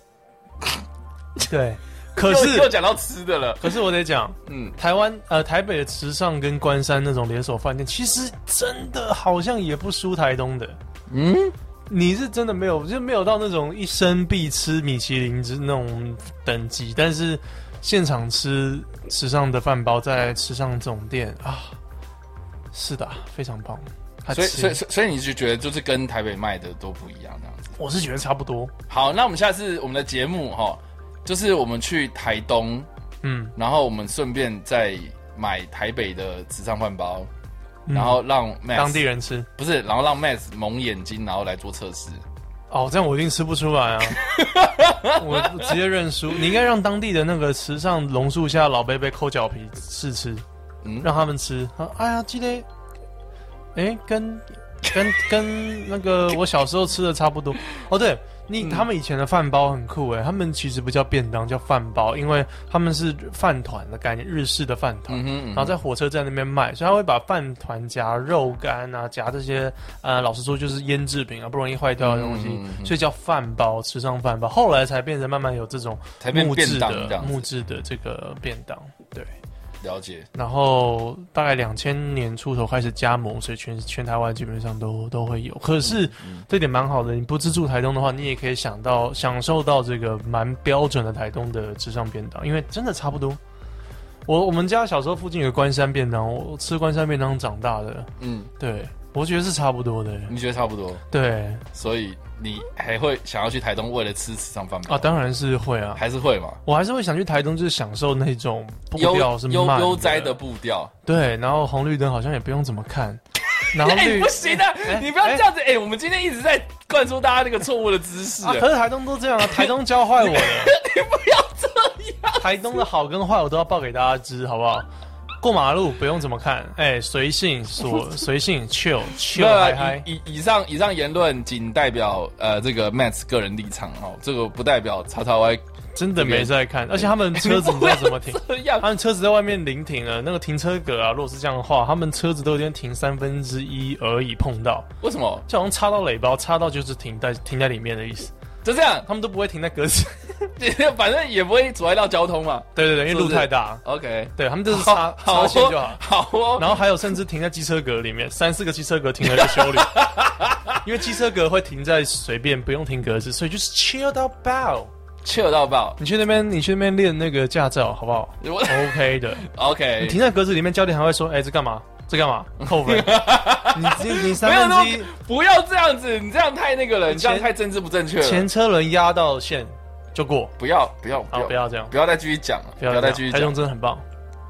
对。可是又讲到吃的了。 可是我得讲，台北的池上跟关山那种连锁饭店，其实真的好像也不输台东的。你是真的没有到那种一生必吃米其林之那种等级，但是现场吃池上的饭包，在池上这种店啊，是的，非常棒。 所以你就觉得就是跟台北卖的都不一样这样子？ 我是觉得差不多。 好，那我们下次我们的节目就是我们去台东，然后我们顺便再买台北的池上饭包，然后让 Max 当地人吃， 不是，然后让 Max 蒙眼睛，然后来做测试。 这样我一定吃不出来啊！我直接认输。你应该让当地的那个池上榕树下老伯伯抠脚皮试吃，让他们吃。哎呀，记得，跟那个我小时候吃的差不多。对。他们以前的饭包很酷他们其实不叫便当，叫饭包，因为他们是饭团的概念，日式的饭团，然后在火车站那边卖，所以他会把饭团夹肉干啊，夹这些老实说就是腌制品不容易坏掉的东西，所以叫饭包，池上饭包。后来才变成慢慢有这种木质的这个便当，对。 了解。然后大概2000年出头开始加盟，所以全台湾基本上都会有。可是这点蛮好的，你不自助台东的话，你也可以享受到这个蛮标准的台东的池上便当，因为真的差不多。我们家小时候附近有个关山便当，我吃关山便当长大的。对，我觉得是差不多的。 你觉得差不多？对，所以你还会想要去台东为了吃池上饭包？当然是会啊，还是会嘛。我还是会想去台东，就是享受那种步调是慢的悠哉的步调。对，然后红绿灯好像也不用怎么看。然后不行的，你不要这样子。我们今天一直在灌输大家那个错误的知识。可是台东都这样啊，台东教坏我了。你不要这样。台东的好跟坏我都要报给大家知，好不好？过马路不用怎么看，随性chill 嗨嗨。以上言论仅代表这个 Max 个人立场这个不代表XXY。真的没在看，而且他们车子你知道怎么停？他们车子在外面临停了，那个停车格如果是这样的话，他们车子都有点停1/3而已碰到。为什么？就好像插到垒包，插到就是停在里面的意思。就这样，他们都不会停在格子。 反正也不会阻碍到交通嘛。 对对对，因为路太大。 OK， 对他们就是插线就好。 好哦。 然后还有甚至停在机车格里面，3、4个机车格停了就休旅，因为机车格会停在随便不用停格子，所以就是 chill 到爆。 chill 到爆！ 你去那边练那个驾照好不好？OK 的 ，OK。 你停在格子里面，教练还会说：“这干嘛？这干嘛？扣分。”你三分之一不要这样子，你这样太那个了，你这样太政治不正确了。 前车轮压到线就过， 不要这样，不要再继续讲了，不要再继续讲。 台东真的很棒，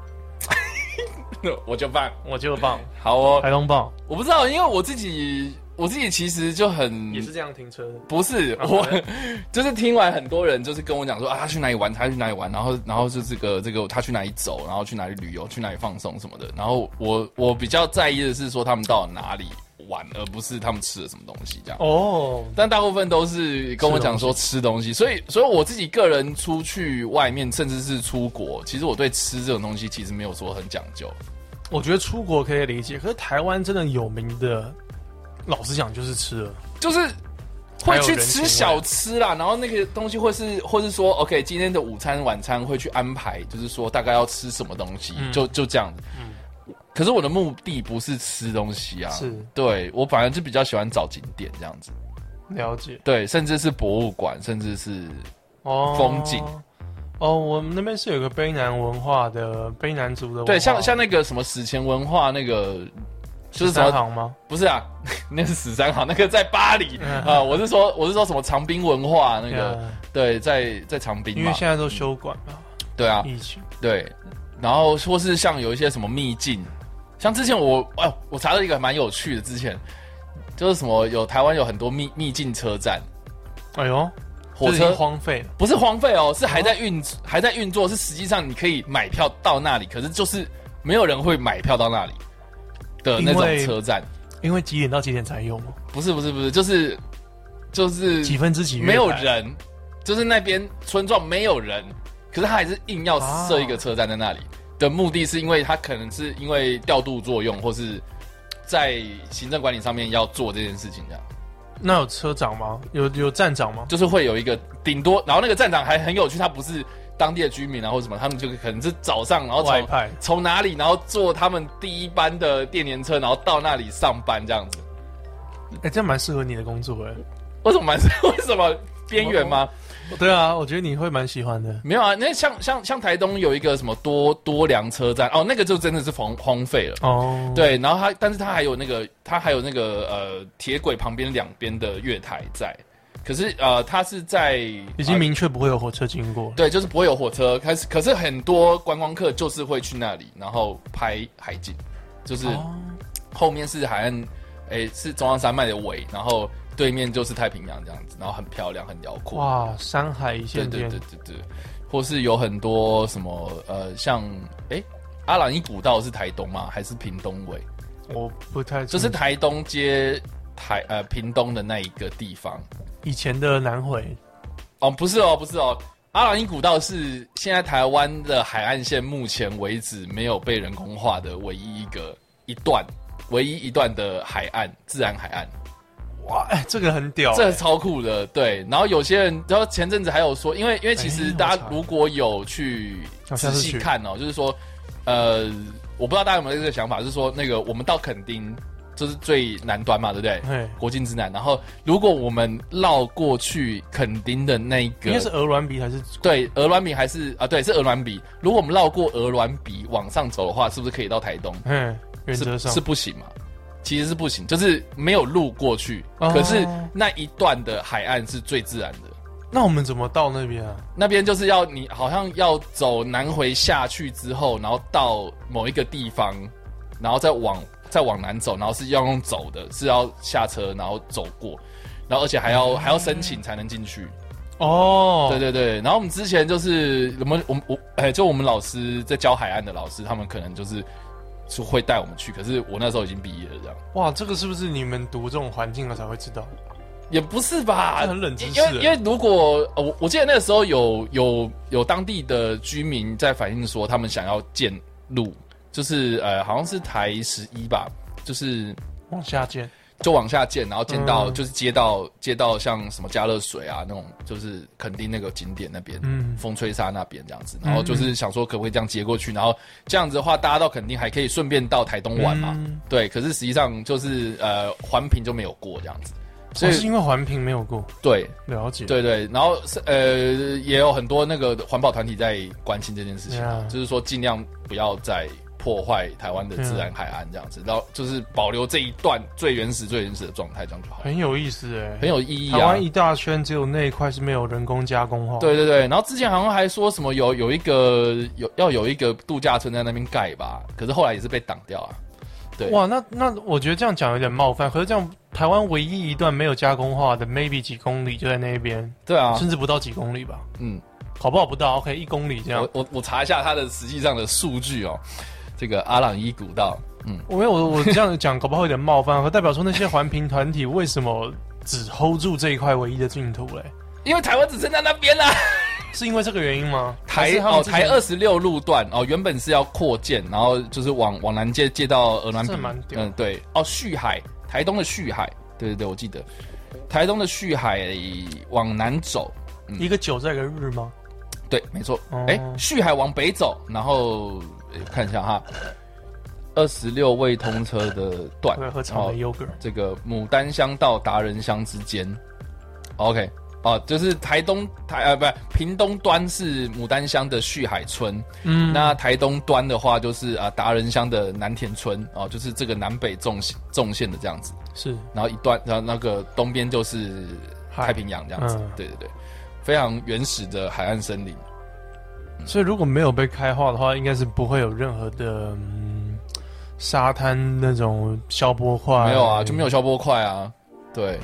我就棒， 好哦，台东棒。 我不知道，因为我自己其实就很也是这样停车的， 不是我就是听完很多人就是跟我讲说啊，他去哪里玩，然后就这个他去哪里走，然后去哪里旅游，去哪里放松什么的。然后我比较在意的是说他们到了哪里玩，而不是他们吃了什么东西这样。哦，但大部分都是跟我讲说吃东西，所以我自己个人出去外面，甚至是出国，其实我对吃这种东西其实没有说很讲究。 我觉得出国可以理解，可是台湾真的有名的。老实讲，就是吃了， 就是会去吃小吃啦，然后那个东西或是说 ，OK， 今天的午餐、晚餐会去安排，就是说大概要吃什么东西，就这样子。可是我的目的不是吃东西啊，是对我反而就比较喜欢找景点这样子。 了解， 对，甚至是博物馆，甚至是风景。 我们那边是有个卑南文化的卑南族的文化， 对，像那个什么史前文化那个。就是 13行吗？ 不是啊，那是13行，那个在巴黎啊。我是说什么长滨文化那个，对，在长滨嘛。 因为现在都休馆了。 对啊， 疫情。 对，然后或是像有一些什么秘境，像之前我查到一个蛮有趣的，之前就是什么台湾有很多秘境车站。 哎呦， 火车荒废了？ 不是荒废哦，是还在运作，是实际上你可以买票到那里，可是就是没有人会买票到那里。的那种车站， 因为几点到几点才有吗？ 不是，就是几分之几没有人，就是那边村庄没有人，可是他还是硬要设一个车站在那里。的目的是因为他可能是因为调度作用，或是在行政管理上面要做这件事情这样。 那有车长吗？有站长吗？ 就是会有一个顶多，然后那个站长还很有趣，他不是当地的居民啊或什么，他们就可能是早上，然后从哪里，然后坐他们第一班的电联车，然后到那里上班这样子。 这样蛮适合你的工作为什么为什么边缘吗？ 对啊，我觉得你会蛮喜欢的。 没有啊，那像台东有一个什么多良车站那个就真的是荒废了哦。对，然后但是它还有那个铁轨旁边2边的月台在。可是它是在已经明确不会有火车经过， 对，就是不会有火车。可是很多观光客就是会去那里，然后拍海景，就是后面是海岸，是中央山脉的尾，然后对面就是太平洋这样子，然后很漂亮，很辽阔。 哇，山海一线间。 对，或是有很多什么像阿朗伊古道是台东吗？还是屏东尾？ 我不太清楚， 就是台东接屏东的那一个地方。 以前的南回不是哦，阿朗伊古道是现在台湾的海岸线目前为止没有被人工化的唯一一段的海岸，自然海岸。 哇，这个很屌， 这超酷的，对。然后有些人，然后前阵子还有说，因为其实大家如果有去仔细看就是说，我不知道大家有没有这个想法，就是说那个我们到垦丁。就是最南端嘛，对不对？国境之南。然后，如果我们绕过去垦丁的那个， 应该是鹅銮鼻还是？ 对，鹅銮鼻还是对，是鹅銮鼻。如果我们绕过鹅銮鼻往上走的话，是不是可以到台东？ 原则上是不行嘛？其实是不行，就是没有路过去。可是那一段的海岸是最自然的。 那我们怎么到那边啊？ 那边就是你好像要走南回下去之后，然后到某一个地方，然后再往南走，然后是要用走的，是要下车然后走过，然后而且还要申请才能进去。对。然后我们之前就是我们老师在教海岸的老师，他们可能就是会带我们去，可是我那时候已经毕业了这样。 哇，这个是不是你们读这种环境了才会知道？ 也不是吧， 很冷知识。 因为如果我记得那个时候有当地的居民在反映说，他们想要建路。就是好像是台11吧，就是往下建。 就往下建，然后建到、就是接到像什么嘉乐水啊那种，就是垦丁那个景点那边，风吹沙那边这样子，然后就是想说可不可以这样接过去，然后这样子的话，大家到垦丁还可以顺便到台东玩嘛，对，可是实际上就是环评就没有过这样子。 所以是因为环评没有过， 对， 了解， 对对，然后也有很多那个环保团体在关心这件事情啊，就是说尽量不要再破坏台湾的自然海岸这样子，然后就是保留这一段最原始的状态，这样就好。 很有意思哎， 很有意义啊！ 台湾一大圈只有那一块是没有人工加工化。 对对对，然后之前好像还说什么有一个度假村在那边盖吧，可是后来也是被挡掉啊。对， 哇，那我觉得这样讲有点冒犯，可是这样台湾唯一一段没有加工化的 maybe 几公里就在那边， 对啊， 甚至不到几公里吧，搞不好不到 ，OK 1公里这样。 我查一下它的实际上的数据哦，这个阿朗伊古道， 我这样讲搞不好有点冒犯，可代表说那些环评团体为什么只 hold 住这一块唯一的净土嘞？ 因为台湾只剩在那边啦。 是因为这个原因吗？ 台26路段原本是要扩建，然后就是往南接到鹅銮鼻，对，旭海，台东的旭海，对对对，我记得台东的旭海往南走， 一个9再一个日吗？ 对，没错。旭海往北走，然后看一下哈，26未通车的段， 喝草莓 yogurt， 这个牡丹乡到达人乡之间 ，OK。就是屏东端是牡丹乡的旭海村，那台东端的话就是达人乡的南田村，就是这个南北纵线的这样子， 是， 然后一段，然后那个东边就是太平洋这样子，对对对，非常原始的海岸森林。 所以如果没有被开化的话，应该是不会有任何的沙滩那种消波块， 没有啊，就没有消波块啊，对。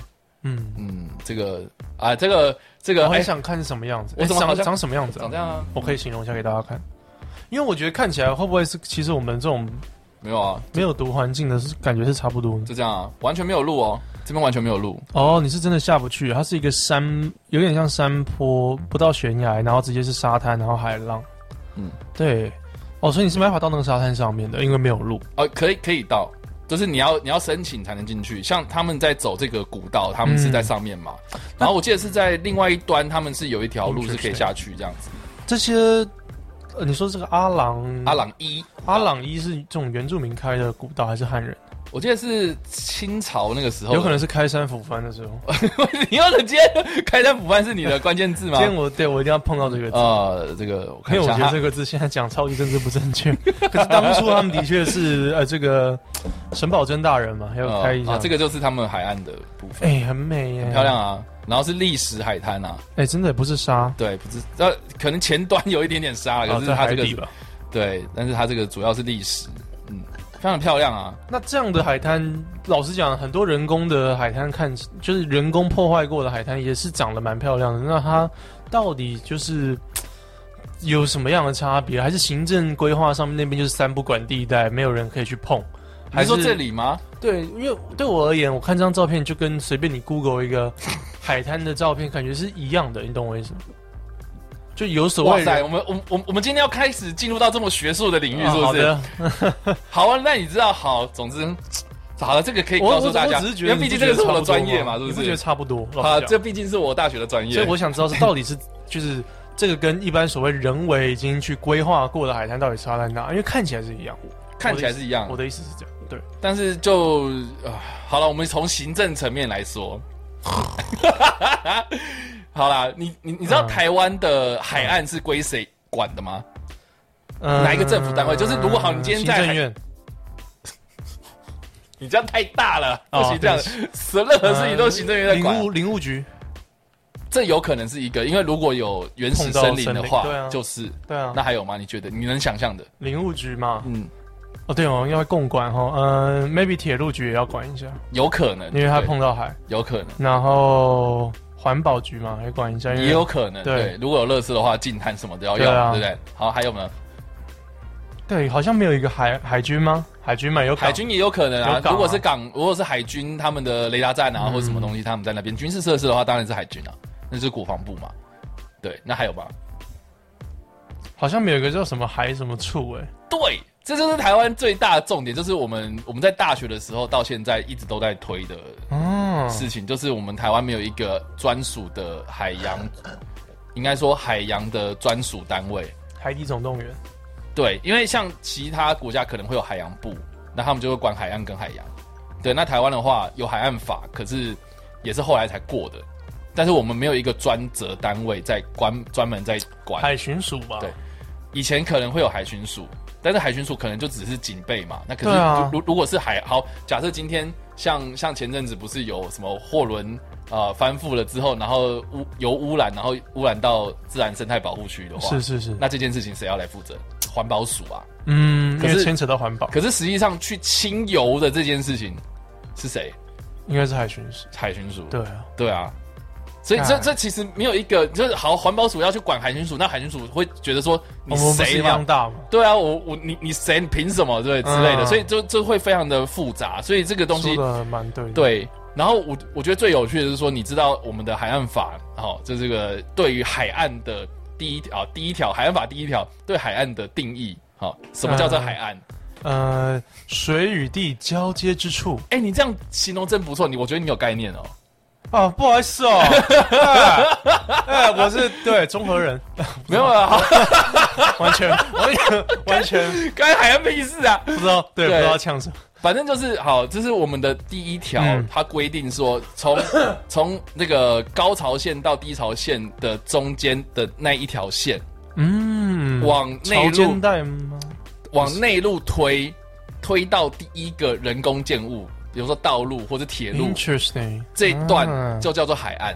这个， 我很想看是什么样子。我长什么样子？ 长这样啊！ 我可以形容一下给大家看，因为我觉得看起来会不会是，其实我们这种没有啊， 没有读环境的，感觉是差不多的。 就这样啊，完全没有路哦，这边完全没有路。 哦，你是真的下不去，它是一个山，有点像山坡，不到悬崖，然后直接是沙滩，然后海浪。对。所以你是没办法到那个沙滩上面的，因为没有路。 可以到。就是你要申请才能进去，像他们在走这个古道，他们是在上面嘛，然后我记得是在另外一端，他们是有一条路是可以下去这样子。 这些，你说这个阿朗伊是这种原住民开的古道还是汉人？ 我记得是清朝那个时候， 有可能是开山抚番的时候。 你要今天开山抚番是你的关键字吗？ 今天我一定要碰到这个字。 这个因为我觉得这个字现在讲超级政治不正确。可是当初他们的确是这个沈葆桢大人嘛，要开一下。 这个就是他们海岸的部分。 很美耶， 很漂亮啊。然后是砾石海滩啊。 真的不是沙。 对，不是，可能前端有一点点沙了，可是它这个对，但是它这个主要是砾石。非常漂亮啊！ 那这样的海滩，老实讲，很多人工的海滩就是人工破坏过的海滩，也是长得蛮漂亮的。那它到底就是有什么样的差别？还是行政规划上面那边就是3不管地带，没有人可以去碰？ 还是说这里吗？ 对，因为对我而言，我看这张照片就跟随便你 Google 一个海滩的照片，感觉是一样的。你懂我意思吗？就有所谓。 哇塞，我们今天要开始进入到这么学术的领域，是不是？ 好的。 好啊，那你知道总之，好了，这个可以告诉大家，因为毕竟这个是我的专业嘛，是不是？ 你不觉得差不多？ 好，这毕竟是我大学的专业， 所以我想知道到底是就是这个跟一般所谓人为已经去规划过的海滩到底差在哪？因为看起来是一样， 看起来是一样。 我的意思是这样，对。 但是好了，我们从行政层面来说。好啦，你知道台湾的海岸是归谁管的吗？哪一个政府单位？就是如果你今天在行政院， 你这样太大了，不行这样，任何事情都是行政院在管。 林务局， 这有可能是一个，因为如果有原始森林的话，就是对啊。 那还有吗？你觉得你能想象的？ 林务局嘛，对哦，应该共管maybe 铁路局也要管一下， 有可能， 因为它碰到海， 有可能。 然后环保局嘛，也管一下， 也有可能。对，如果有垃圾的话，净滩什么都要用，对不对？好，还有没有？ 对，好像没有一个海军吗？海军嘛，有海军也有可能啊。如果是海军他们的雷达站啊，或者什么东西，他们在那边军事设施的话，当然是海军啊，那是国防部嘛。对，那还有吧？ 好像没有一个叫什么海什么处对， 这就是台湾最大的重点，就是我们在大学的时候到现在一直都在推的事情，就是我们台湾没有一个专属的海洋，应该说海洋的专属单位。 海底总动员。 对，因为像其他国家可能会有海洋部，那他们就会管海岸跟海洋。对，那台湾的话有海岸法，可是也是后来才过的，但是我们没有一个专责单位在专门在管海巡署吧？ 对，以前可能会有海巡署。但是海巡署可能就只是警备嘛，那可是如果是好，假设今天像前阵子不是有什么货轮翻覆了之后，然后由污染，然后污染到自然生态保护区的话， 是， 那这件事情谁要来负责？环保署啊， 可是牵扯到环保。 可是实际上去清油的这件事情是谁？ 应该是海巡署。 海巡署， 对啊。 所以这其实没有一个，就是好环保署要去管海巡署，那海巡署会觉得说你谁嘛？ 大嘛？ 对啊，你谁？你凭什么？对之类的，所以就会非常的复杂。所以这个东西说的蛮对的。 对，然后我觉得最有趣的是说，你知道我们的海岸法，就这个对于海岸的第一条海岸法第一条对海岸的定义，什么叫做海岸？ 水与地交接之处。 你这样形容真不错，我觉得你有概念哦。 不好意思哦，我是对中和人， 没有啊， 完全， 刚才海岸屁事啊， 不知道呛什么， 反正就是好，这是我们的第一条，它规定说从那个高潮线到低潮线的中间的那一条线，往内陆往内陆推到第一个人工建物。比如说道路或者铁路，这一段就叫做海岸。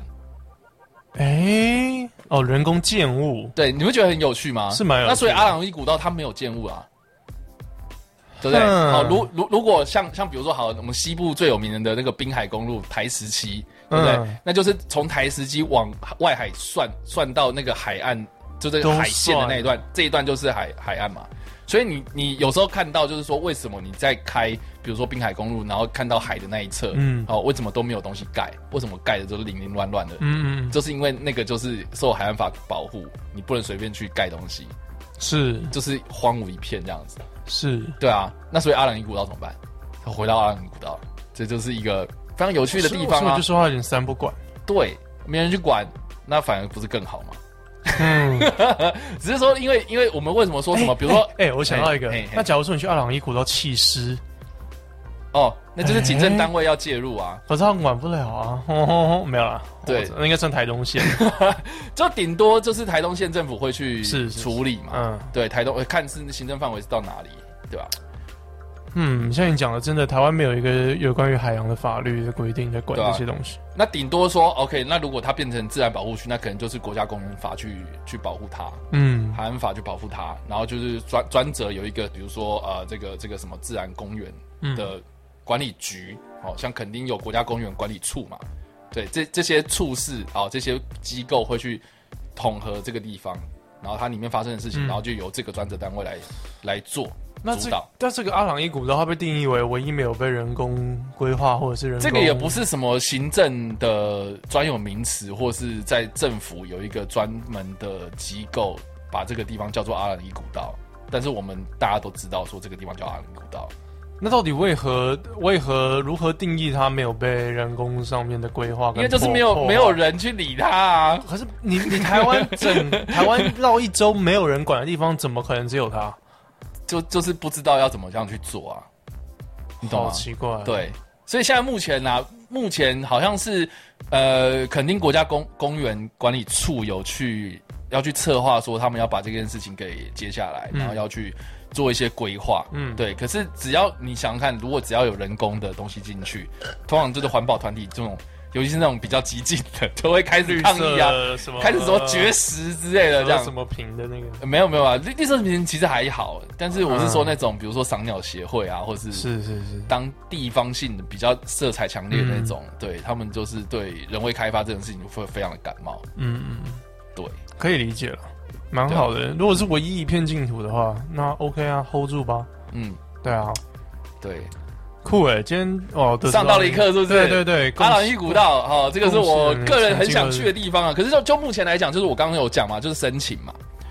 人工建物， 对，你会觉得很有趣吗？ 是蛮有趣的。 那所以阿朗伊古道它没有建物啊，对不对？好，如果像比如说好，我们西部最有名的那个滨海公路台17，对不对？那就是从台17往外海算到那个海岸，就这个海线的那一段，这一段就是海岸嘛。所以你有时候看到就是说，为什么你在开，比如说滨海公路，然后看到海的那一侧，为什么都没有东西盖？为什么盖的都是零零乱乱的？就是因为那个就是受海岸法保护，你不能随便去盖东西，就是荒芜一片这样子。对啊。那所以阿朗伊古道怎么办？回到阿朗伊古道，这就是一个非常有趣的地方啊。 就说他有点三不管， 对，没人去管，那反而不是更好吗？只是说，因为我们为什么说什么，比如说， 我想到一个，那假如说你去阿朗伊古道弃尸， 那就是警政单位要介入啊， 可是他们管不了啊，没有啦， 对， 那应该算台东县， 就顶多就是台东县政府会去处理嘛，对，台东看是行政范围是到哪里，对吧？ 像你讲的，真的台湾没有一个有关于海洋的法律的规定在管这些东西。 那顶多说 OK， 那如果它变成自然保护区，那可能就是国家公园法去保护它，海岸法去保护它，然后就是专责有一个，比如说这个什么自然公园的管理局，像垦丁有国家公园管理处嘛，对，这些处室这些机构会去统合这个地方，然后它里面发生的事情，然后就由这个专责单位来做。 那这个阿朗伊古道它被定义为唯一没有被人工规划或者是人工， 这个也不是什么行政的专有名词，或是在政府有一个专门的机构把这个地方叫做阿朗伊古道，但是我们大家都知道说这个地方叫阿朗伊古道。 那到底为何如何定义它没有被人工上面的规划？ 因为就是没有人去理它啊。 可是你台湾台湾绕一周没有人管的地方，怎么可能只有它？ 就是不知道要怎么这样去做啊，你懂吗？ 好奇怪。 对，所以现在目前好像是垦丁国家公园管理处要去策划说他们要把这件事情给接下来，然后要去做一些规划。对。可是只要你想想看，如果只要有人工的东西进去，通常就是环保团体这种。尤其是那种比较激进的，就会开始抗议啊，开始什么绝食之类的，这样什么瓶的那个没有啊，绿色瓶其实还好，但是我是说那种，比如说赏鸟协会啊，或是当地方性的比较色彩强烈的那种，对他们就是对人为开发这种事情会非常的感冒。对， 可以理解了，蛮好的。如果是唯一一片净土的话，那 OK 啊 ，hold 住吧。对啊， 对。 酷今天上到了一课，是不是？ 对， 阿朗伊古道这个是我个人很想去的地方啊。可是就目前来讲，就是我刚刚有讲嘛，就是申请嘛。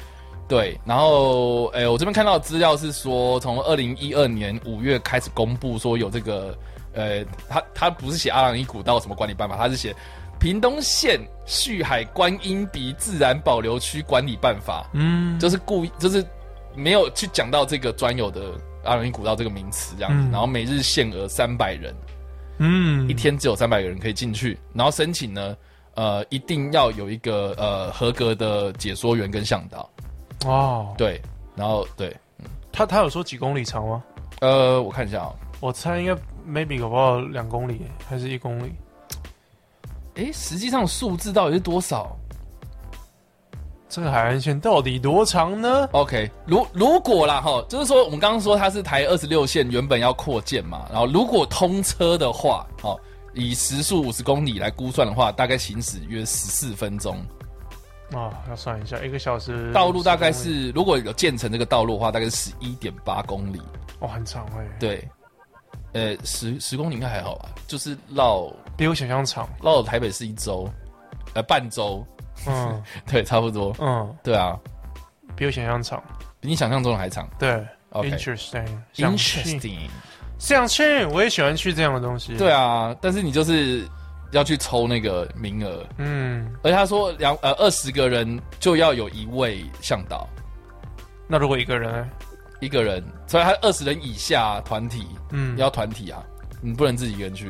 对，然后我这边看到的资料是说，从2012年5月开始公布说有这个他不是写阿朗伊古道什么管理办法，他是写屏东县旭海观音鼻自然保留区管理办法，就是故意就是没有去讲到这个专有的阿朗伊古道这个名词这样子，然后每日限额300人，一天只有300个人可以进去，然后申请呢，一定要有一个合格的解说员跟向导。 哦， 对，然后对， 他有说几公里长吗？ 我看一下啊， 我猜应该 maybe 搞不好2公里还是1公里？ 实际上数字到底是多少？ 这个海岸线到底多长呢 ？OK， 如果啦哈，就是说我们刚刚说它是台26线原本要扩建嘛，然后如果通车的话，以时速50公里来估算的话，大概行驶约14分钟。 要算一下，1个小时。 道路大概是如果有建成这个道路的话，大概是11.8公里。 很长对，10公里应该还好吧，就是绕比我想象长， 绕台北市1周，半周。对，差不多。对啊， 比我想象长， 比你想象中的还长。 对 ，interesting， 想去，我也喜欢去这样的东西。 对啊，但是你就是要去抽那个名额。而且他说20个人就要有1位向导。 那如果一个人呢？ 一个人，所以他20人以下团体，要团体啊，你不能自己一个人去。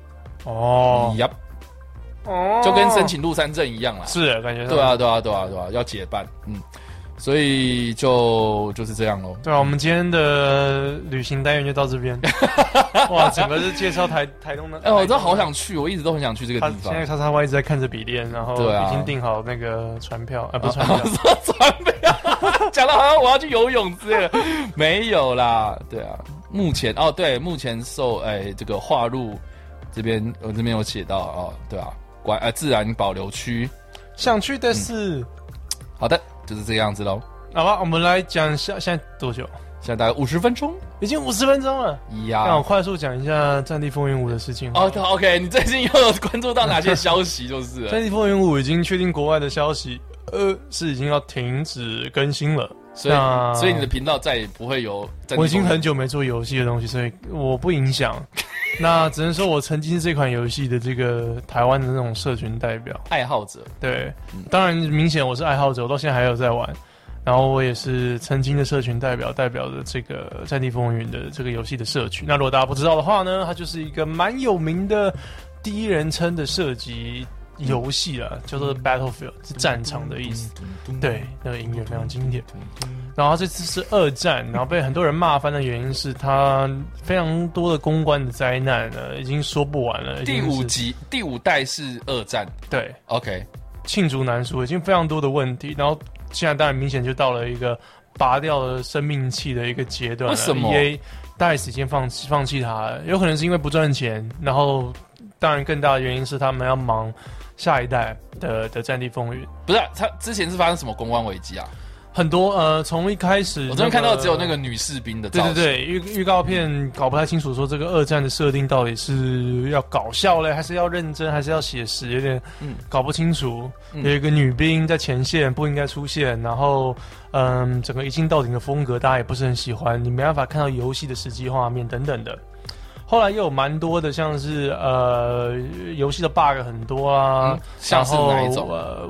就跟申请陆山证一样啦。 是，感觉对啊，要结伴。所以就是这样咯。 对啊，我们今天的旅行单元就到这边。哇，整个是介绍台东的。 我真的好想去，我一直都很想去这个地方。 现在叉Y一直在看着笔电，然后已经订好那个船票，不是船票， 船票，讲的好像我要去游泳之类的，没有啦。对啊，目前受这个划入这边，我这边有写到对啊，自然保留区， 想去的是。 好的。就是这个样子咯。 好吧，我们来讲现在多久？ 现在大概50分钟， 已经50分钟了。让我快速讲一下《战地风云5》的事情。 OK， 你最近又有关注到哪些消息？就是 《战地风云5》已经确定国外的消息，是已经要停止更新了。 所以你的频道再也不会有。 我已经很久没做游戏的东西，所以我不影响。那只能说我曾经是这款游戏的这个台湾的那种社群代表、 爱好者。 对，当然明显我是爱好者，我到现在还有在玩。然后我也是曾经的社群代表的这个《战地风云》的这个游戏的社群。那如果大家不知道的话呢，它就是一个蛮有名的第一人称的射击游戏啊，叫做 Battlefield， 是战场的意思。对，那个音乐非常经典。然后这次是2战，然后被很多人骂翻的原因是它非常多的公关的灾难已经说不完了。 第5代是2战，对 ，OK， 罄竹难书，已经非常多的问题。然后现在当然明显就到了一个拔掉了生命器的一个阶段了。 为什么 EA DICE 已经放弃它了？有可能是因为不赚钱，然后当然更大的原因是他们要忙下一代的战地风云。 不是，他之前是发生什么公关危机啊？ 很多从一开始我这边看到只有那个女士兵的造型。 对，预告片搞不太清楚，说这个2战的设定到底是要搞笑嘞，还是要认真，还是要写实，有点搞不清楚。有一个女兵在前线不应该出现，然后整个一镜到底的风格大家也不是很喜欢，你没办法看到游戏的实际画面等等的。后来又有蛮多的，像是游戏的 bug 很多啊， 像是哪一种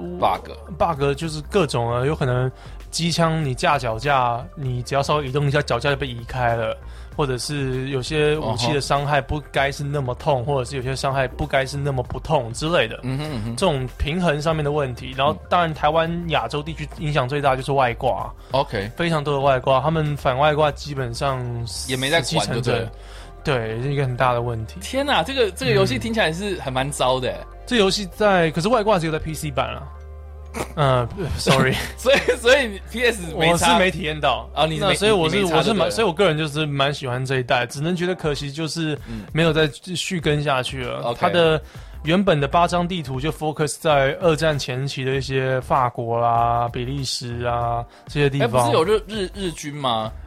bug 就是各种有可能机枪你架脚架，你只要稍微移动一下，脚架就被移开了，或者是有些武器的伤害不该是那么痛，或者是有些伤害不该是那么不痛之类的，这种平衡上面的问题。然后当然台湾亚洲地区影响最大就是外挂 ，OK， 非常多的外挂，他们反外挂基本上也没在管，对不对？ 对，是一个很大的问题。 天哪，这个游戏听起来是还蛮糟的。 这游戏可是外挂只有在 PC 版啊。sorry， 所以你 PS 我是没体验到啊， 所以我个人就是蛮喜欢这一代，只能觉得可惜就是没有再续更下去了。它的原本的8张地图就 focus 在2战前期的一些法国啦、比利时啊这些地方。 不是有日军吗？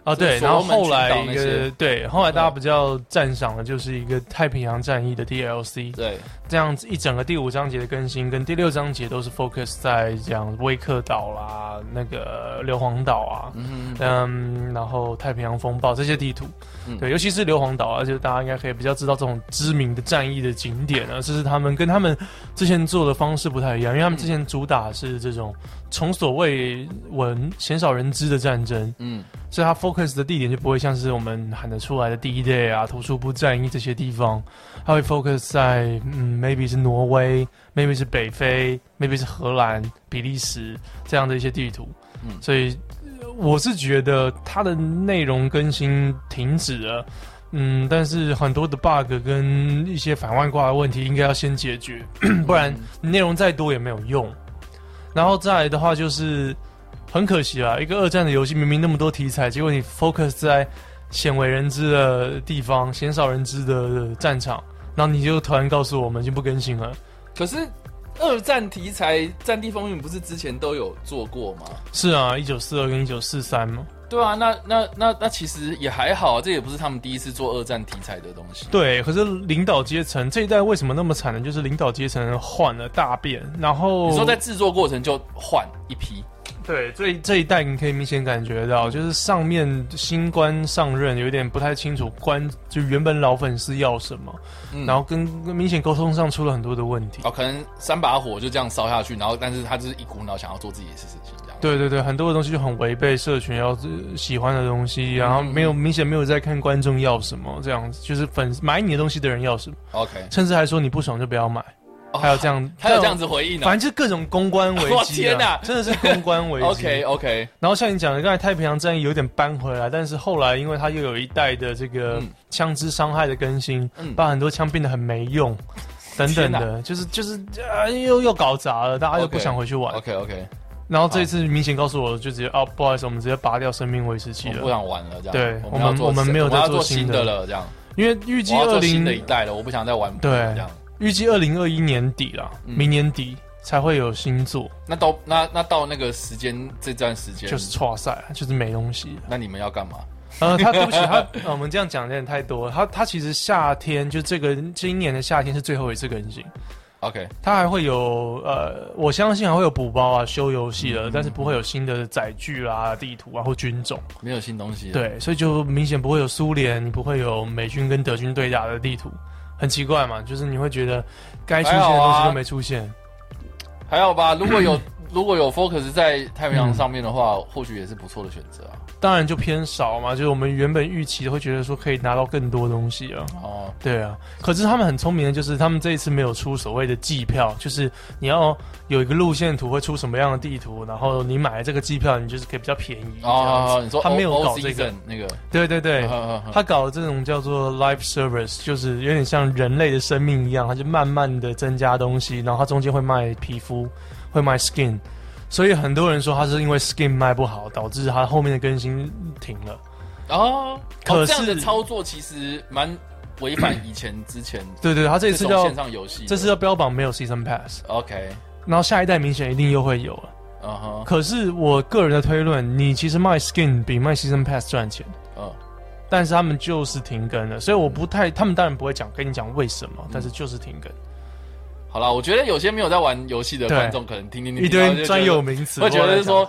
哦，对，然后后来一那些个对，后来大家比较赞赏的就是一个太平洋战役的 DLC， 对， 这样子一整个第5章节的更新跟第6章节都是 focus 在讲威克岛啦、那个硫磺岛啊，然后太平洋风暴这些地图，对，尤其是硫磺岛啊，就大家应该可以比较知道这种知名的战役的景点啊，这是他们跟他们之前做的方式不太一样，因为他们之前主打是这种从所未闻、鲜少人知的战争，所以它 focus 的地点就不会像是我们喊得出来的D-Day 啊、图书部战役这些地方，它会 focus 在maybe 是挪威 ，maybe 是北非 ，maybe 是荷兰、比利时这样的一些地图，所以我是觉得它的内容更新停止了。但是很多的 bug 跟一些反外挂的问题应该要先解决，不然内容再多也没有用。然后再来的话就是很可惜啦，一个2战的游戏明明那么多题材，结果你 focus 在鲜为人知的地方、鲜少人知的战场，然后你就突然告诉我们已经不更新了。 可是2战题材《战地风云》不是之前都有做过吗？ 是啊，1942跟1943嘛。 对啊，那其实也还好啊，这也不是他们第一次做2战题材的东西。 对，可是领导阶层这一代为什么那么惨呢？就是领导阶层换了大变，然后你说在制作过程就换一批。 对，这一代你可以明显感觉到，就是上面新官上任有点不太清楚就原本老粉丝要什么，然后跟明显沟通上出了很多的问题。 可能3把火就这样烧下去，然后但是他就是一股脑想要做自己的事情，这样。 对，很多的东西就很违背社群要喜欢的东西，然后明显没有在看观众要什么，这样子就是买你的东西的人要什么。 OK， 甚至还说你不爽就不要买。还有这样子回应啊， 反正就是各种公关危机天哪， 真的是公关危机。 OK。 然后像你讲的，刚才太平洋战役有点搬回来，但是后来因为它又有一代的这个枪支伤害的更新，把很多枪变得很没用，等等的，就是又搞砸了，大家又不想回去玩。 OK。 然后这一次明显告诉我，就直接不好意思，我们直接拔掉生命维持器了， 不想玩了，这样。 对，我们没有在做新的了，这样。 因为预计新的一代了，我不想再玩。 对， 这样。 预计2021年底啦，明年底才会有新作。 那到那个时间，这段时间就是挫赛，就是没东西。 那你们要干嘛？ 对不起，我们这样讲有点太多。他其实夏天就今年的夏天是最后一次更新。 OK， 他还会有我相信还会有补包啊，修游戏了，但是不会有新的载具啦、地图啊或军种， 没有新东西。 对，所以就明显不会有苏联，你不会有美军跟德军对打的地图。很奇怪嘛，就是你会觉得该出现的东西都没出现， 还好吧？如果有 focus 在太平洋上面的话，或许也是不错的选择啊。 当然就偏少嘛，就是我们原本预期的会觉得说可以拿到更多东西啊。对啊。可是他们很聪明的，就是他们这一次没有出所谓的季票，就是你要有一个路线图会出什么样的地图，然后你买这个季票，你就是可以比较便宜。 你说他没有搞这个那个？ 对，他搞的这种叫做 life service， 就是有点像人类的生命一样，他就慢慢的增加东西，然后他中间会卖皮肤，会卖 skin。所以很多人说他是因为 skin 卖不好，导致他后面的更新停了。可是这样的操作其实蛮违反之前。 对，他这一次线上游戏， 这次要标榜没有 season pass。 OK， 然后下一代明显一定又会有了。可是我个人的推论，你其实卖 skin 比卖 season pass 赚钱。但是他们就是停更了，所以他们当然不会跟你讲为什么，但是就是停更。 好啦，我觉得有些没有在玩游戏的观众可能听一堆专有名词， 会觉得说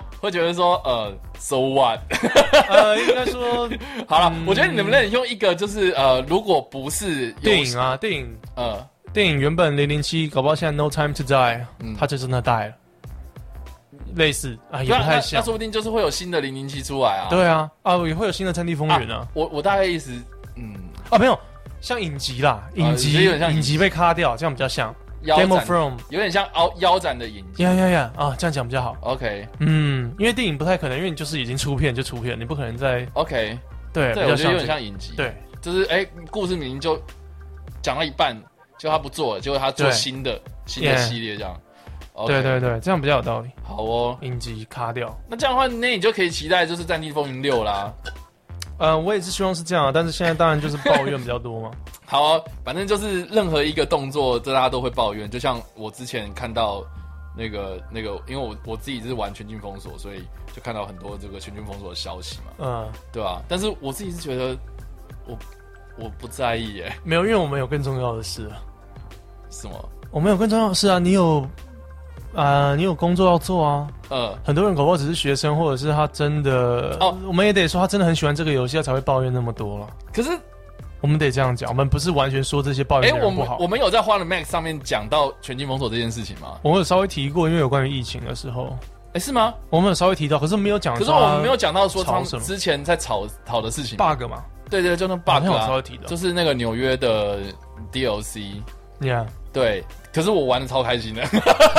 ，so what？ 应该说， 好啦，我觉得你能不能用一个就是如果不是电影原本007，搞不好现在 No Time to Die，它就真的die了，类似也不太像。 那说不定就是会有新的007出来啊。 对啊，也会有新的《战地风云》啊。 我大概意思， 没有，像影集啦，影集被卡掉，这样比较像。Game of Thrones 有点像腰斩的影集。 这样讲比较好。 OK， 因为电影不太可能，因为你就是已经出片就出片，你不可能再 OK。 对， 我觉得有点像影集。 对， 就是故事名就讲到一半，就他不做了，结果他做新的系列这样。 对，这样比较有道理。 好哦， 影集卡掉。 那这样的话，那你就可以期待就是《战地风云6》啦。 我也是希望是这样但是现在当然就是抱怨比较多嘛。 好反正就是任何一个动作，大家都会抱怨。就像我之前看到那个，因为我自己是玩全境封锁，所以就看到很多这个全境封锁的消息嘛，对吧？但是我自己是觉得我不在意耶， 没有，因为我们有更重要的事啊。 什么？ 我们有更重要的事啊！你有工作要做啊。很多人搞不好只是学生，或者是他真的我们也得说他真的很喜欢这个游戏，他才会抱怨那么多了。 可是我们得这样讲，我们不是完全说这些抱怨的人不好。 我们有在花了 Max 上面讲到全境封锁这件事情吗？ 我们有稍微提过，因为有关于疫情的时候。 是吗？ 我们有稍微提到，可是没有讲。 可是我们没有讲到说他们什么之前在吵的事情 bug 嘛？ 对，就那 bug 啊， 稍微提到， 就是那个纽约的 DLC。Yeah， 对。可是我玩的超开心的。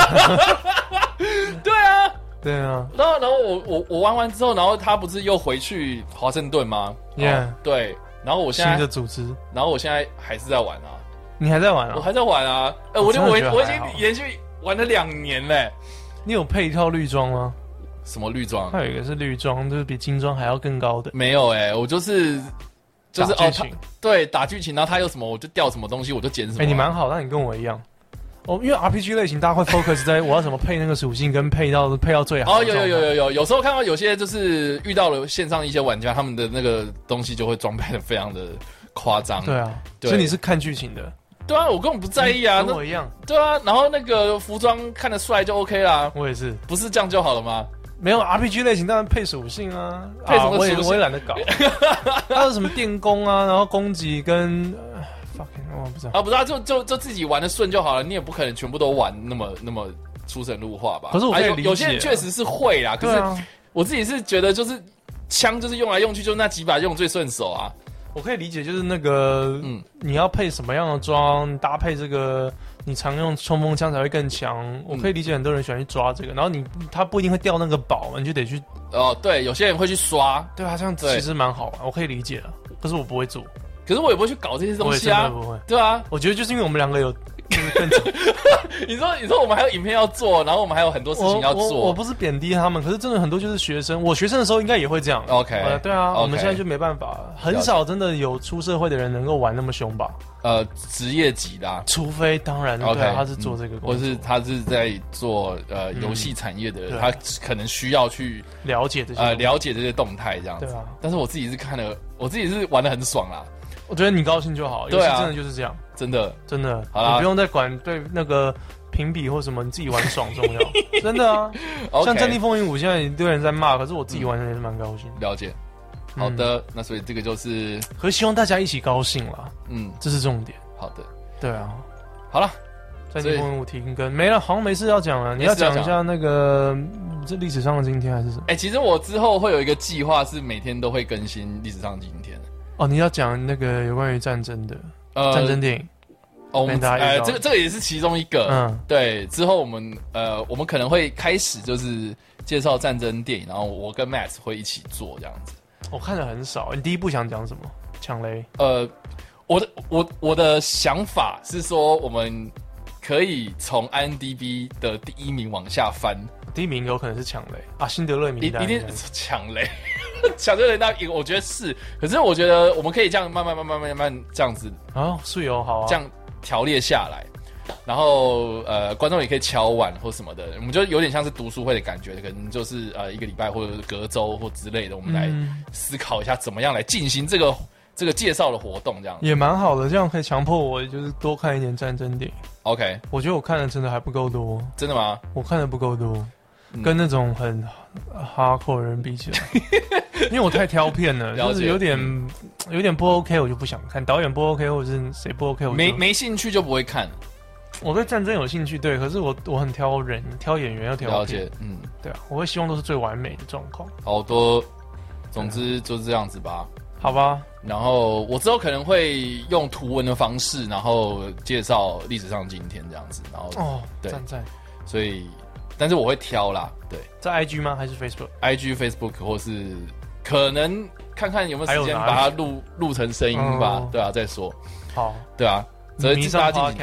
对啊。 对啊， 然后我玩完之后，然后他不是又回去华盛顿吗？对，然后我现在新的组织， 然后我现在还是在玩啊。你还在玩啊？ 我还在玩啊。我已经连续玩了2年嘞。 你有配一套绿装吗？ 什么绿装？ 它有一个是绿装，就是比金装还要更高的。 没有我就是打剧情， 对，打剧情，然后他有什么我就掉什么东西，我就捡什么。 你蛮好，那你跟我一样。因为 RPG 类型大家会 focus 在我要怎么配那个属性，跟配到最好的。 有时候看到有些就是遇到了线上一些玩家，他们的那个东西就会装配的非常的夸张。 对啊，所以你是看剧情的。 对啊，我根本不在意啊， 跟我一样。 对啊，然后那个服装看得帅就 OK 啦。 我也是， 不是这样就好了吗？ 没有 RPG 类型当然配属性啊， 配什么属性我也懒得搞。它有什么电攻啊，然后攻击跟不知道不是啊，就自己玩的顺就好了，你也不可能全部都玩那么出神入化吧？ 可是我可以理解， 有些人确实是会啦，可是我自己是觉得就是枪就是用来用去就那几把用最顺手啊。 我可以理解，就是那个你要配什么样的装，搭配这个你常用冲锋枪才会更强。我可以理解很多人喜欢去抓这个，然后他不一定会掉那个宝，你就得去对，有些人会去刷， 对啊，这样其实蛮好玩，我可以理解了，可是我不会做。 可是我也不会去搞这些东西啊， 我也真的不会。 对啊， 我觉得就是因为我们两个有更你说我们还有影片要做，然后我们还有很多事情要做。 我不是贬低他们，可是真的很多就是学生，我学生的时候应该也会这样。 OK， 对啊，我们现在就没办法，很少真的有出社会的人能够玩那么凶吧？ 职业级的， 除非当然 OK， 他是做这个工作， 或是他是在做游戏产业的，他可能需要去了解这些动态这样子。 对啊， 但是我自己是玩得很爽啦。 我觉得你高兴就好，游戏真的就是这样， 真的， 好啦，你不用再管对那个评比或什么，你自己玩爽重要，真的啊。像《战地风云5》现在一堆人在骂，可是我自己玩的也是蛮高兴。 了解，好的，那所以这个就是， 可是希望大家一起高兴啦，这是重点。 好的， 对啊， 好了， 《战地风云5》停更没了，好像没事要讲了。你要讲一下那个这历史上的今天还是什么？ 其实我之后会有一个计划，是每天都会更新历史上的今天。 你要讲那个有关于战争的战争电影这个也是其中一个。对，之后我们可能会开始就是介绍战争电影，然后我跟 Max 会一起做这样子。 我看的很少，你第一部想讲什么？抢雷？ 我的想法是说，我们可以从 IMDB 的第1名往下翻。 第1名有可能是抢雷啊，辛德勒名单一定抢雷。抢这个那我觉得是，可是我觉得我们可以这样慢慢这样子是有好这样条列下来，然后观众也可以敲碗或什么的，我们就有点像是读书会的感觉，可能就是一个礼拜或者隔周或之类的，我们来思考一下怎么样来进行这个介绍的活动，这样也蛮好的，这样可以强迫我就是多看一点战争电影。 OK， 我觉得我看的真的还不够多。 真的吗？ 我看的不够多。跟那种很hardcore的人比起来，因为我太挑片了，就是有点不 OK， 我就不想看。导演不 OK， 或者是谁不 OK， 我没兴趣就不会看。 我对战争有兴趣，对，可是我很挑人、挑演员，要挑片。 了解， 对啊，我会希望都是最完美的状况。 好多，总之就是这样子吧。 好吧。 然后我之后可能会用图文的方式，然后介绍历史上今天这样子，然后对， 赞。 所以。但是我会挑啦，对， 在 IG 吗？还是 Facebook？IG、Facebook 或是可能看看有没有时间把它录成声音吧，对啊，再说。 好， 对啊，这是大家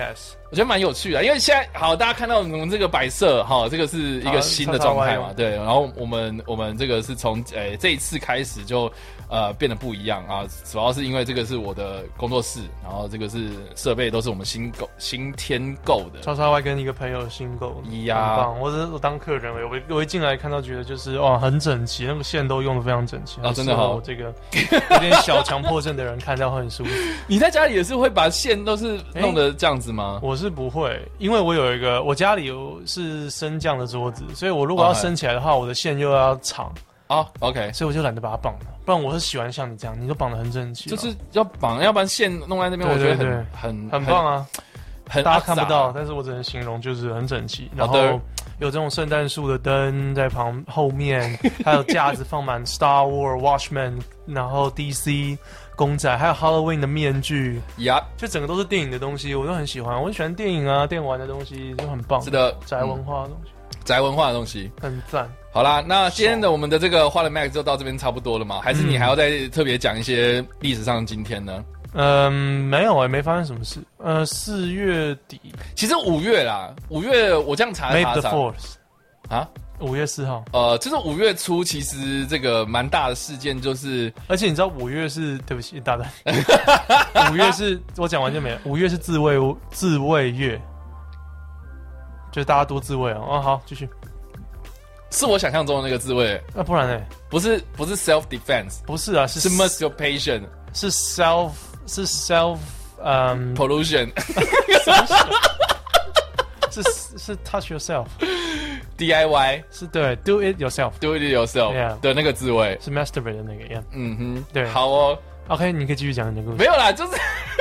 我觉得蛮有趣的，因为现在好，大家看到我们这个摆设，哈，这个是一个新的状态嘛，对。然后我们这个是从这一次开始就变得不一样啊，主要是因为这个是我的工作室，然后这个是设备都是我们新添购的。 叉叉 Y 跟一个朋友新购， 呀， 很棒。我当客人，我一进来看到觉得就是哇，很整齐，那个线都用得非常整齐啊，真的好。 我这个有点小强迫症的人看到会很舒服。 你在家里也是会把线都是弄得这样子吗？ 我是不会，因为我家里是升降的桌子，所以我如果要升起来的话，我的线又要长。 OK， 所以我就懒得把它绑了，不然我是喜欢像你这样，你都绑得很整齐， 就是要绑，要不然线弄在那边，我觉得很棒啊，大家看不到，但是我只能形容就是很整齐，然后有这种圣诞树的灯在后面，还有架子放满 Star Wars、Watchmen， 然后 DC 公仔，还有 Halloween 的面具，就整个都是电影的东西，我都很喜欢，我很喜欢电影啊、电玩的东西，就很棒， 是的， 宅文化的东西， 宅文化的东西很赞。 好啦，那今天的我们的这个花了 Max 就到这边差不多了嘛？还是你还要再特别讲一些历史上的今天呢？ 没有没发生什么事。4月底， 其实5月啦，5月我这样查 May the 4th 啊 ，5月4号。 就是5月初，其实这个蛮大的事件就是， 而且你知道5月是，对不起，大胆，5月是我讲完就没了。5月是自卫月，就是大家多自卫哦。好，继续。 是我想象中的那个自卫， 不然呢？不是 self defense， 不是啊，是 masturbation， 是 self pollution， 是 touch yourself， DIY 是对 do it yourself 的那个自慰， 是 masturbate 的那个样。 嗯哼， 对， 好哦。 OK， 你可以继续讲你的故事。 没有啦，就是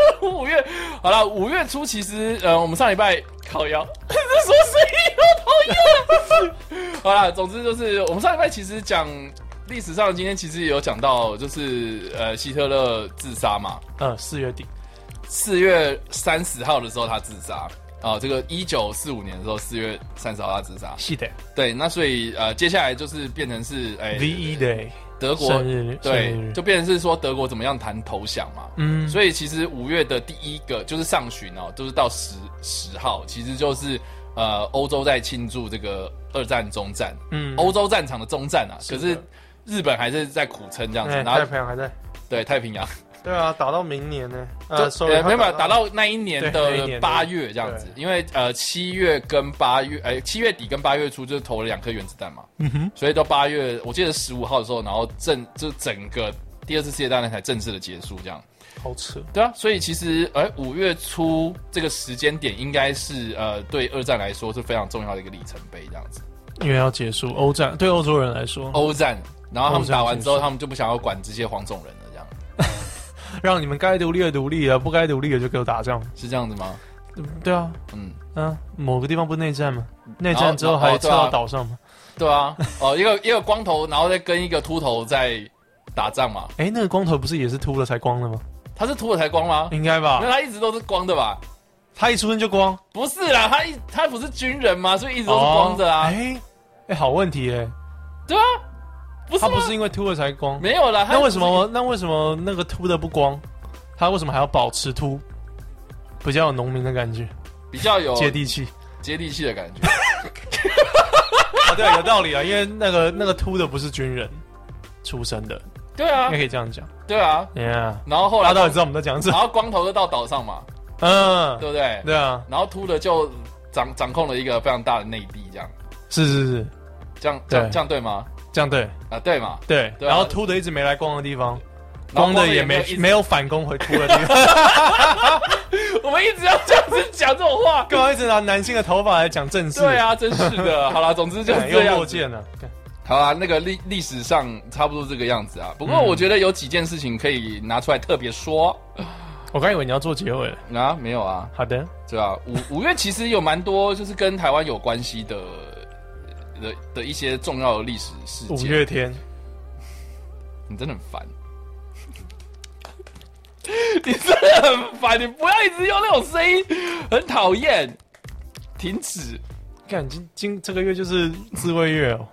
5月，好啦，5月初其实我们上礼拜靠腰，这说声音好讨厌。好啦，总之就是我们上礼拜其实讲历史上今天其实也有讲到，就是希特勒自杀嘛。 4月底 ，4月30号的时候他自杀。这个1945年的时候，4月30号他自杀。 是的。对， 那所以接下来就是变成是 VE Day。 德国对，就变成是说德国怎么样谈投降嘛，所以其实5月的第一个就是上旬就是到10号，其实就是欧洲在庆祝这个2战终战，欧洲战场的终战啊，可是日本还是在苦撑这样子，然后太平洋还在， 对，太平洋。对啊，打到明年呢， 没有打到那一年的8月这样子，因为7月跟8月，7月底跟8月初就是投了2颗原子弹嘛，所以到8月，我记得15号的时候，然后就整个第2次世界大战才正式的结束，这样。 好扯。 对啊，所以其实5月初这个时间点应该是对2战来说是非常重要的一个里程碑，这样子。 因为要结束欧战，对欧洲人来说， 欧战，然后他们打完之后，他们就不想要管这些黄种人了，这样。 让你们该独立的独立了，不该独立的就给我打仗， 是这样子吗？ 对啊，某个地方不是内战吗？内战之后还撤到岛上吗？ 对啊，一个光头，然后再跟一个秃头在打仗嘛。 那个光头不是也是秃了才光的吗？ 他是秃了才光吗？ 应该吧， 因为他一直都是光的吧？ 他一出生就光？ 不是啦，他不是军人吗？所以一直都是光的啊。 好问题对啊。 他不是因为秃了才光？ 没有啦， 那为什么那个秃的不光？他为什么还要保持秃？比较有农民的感觉， 比较有接地气的感觉。 对，有道理啊，因为那个秃的不是军人出身的。 对啊， 应该可以这样讲。 对啊 ，Yeah。 然后后来他到底知道我们在讲什么？ 然后光头就到岛上嘛，对不对？ 对啊。 然后秃的就掌控了一个非常大的内地，这样。 是， 这样对吗？ 这样对啊，对嘛， 对。然后秃的一直没来光的地方，光的也没有反攻回秃的地方。 我们一直要这样子讲这种话， 干嘛一直拿男性的头发来讲正事？ 对啊，真是的。好啦，总之就是这样。 又落剑了。 好啦，那个历史上差不多这个样子啊。不过我觉得有几件事情可以拿出来特别说。 我刚以为你要做结尾了啊，没有啊。 好的， 对啊，五月其实有蛮多就是跟台湾有关系的一些重要的历史事件。 5月天， 你真的很烦，你真的很烦，你不要一直用那种声音，很讨厌，停止。 看这个月就是自慰月哦。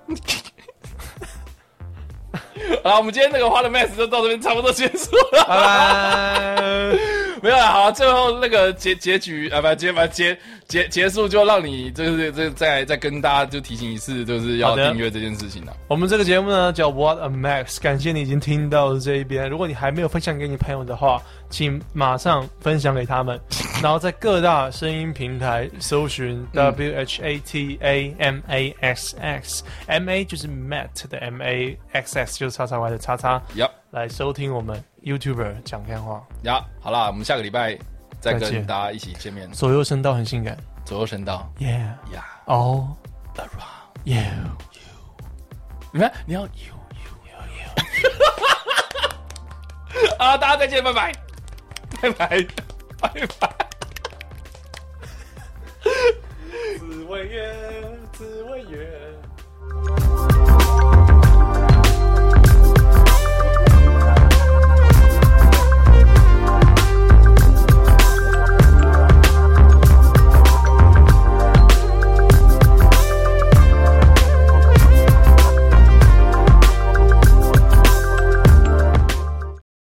好，我们今天那个花的 Max 就到这边差不多结束了，拜拜。没有啦，好， 啊，最后那个结局结束就让你就是再跟大家就提醒一次，就是要订阅这件事情了。 我们这个节目呢叫 What a Max， 感谢你已经听到这一边。如果你还没有分享给你朋友的话，请马上分享给他们，然后在各大声音平台搜寻 WHATAMAXX，MA 就是 Matt 的 MAXX 就是叉叉 Y 的叉叉，来收听我们 YouTuber 讲干话。 好啦，我们下个礼拜再跟大家一起见面。 左右声道很性感， 左右声道 ，all around you， 你看你要 you。好，大家再见，拜拜，拜拜，拜拜。 自问月，自问月。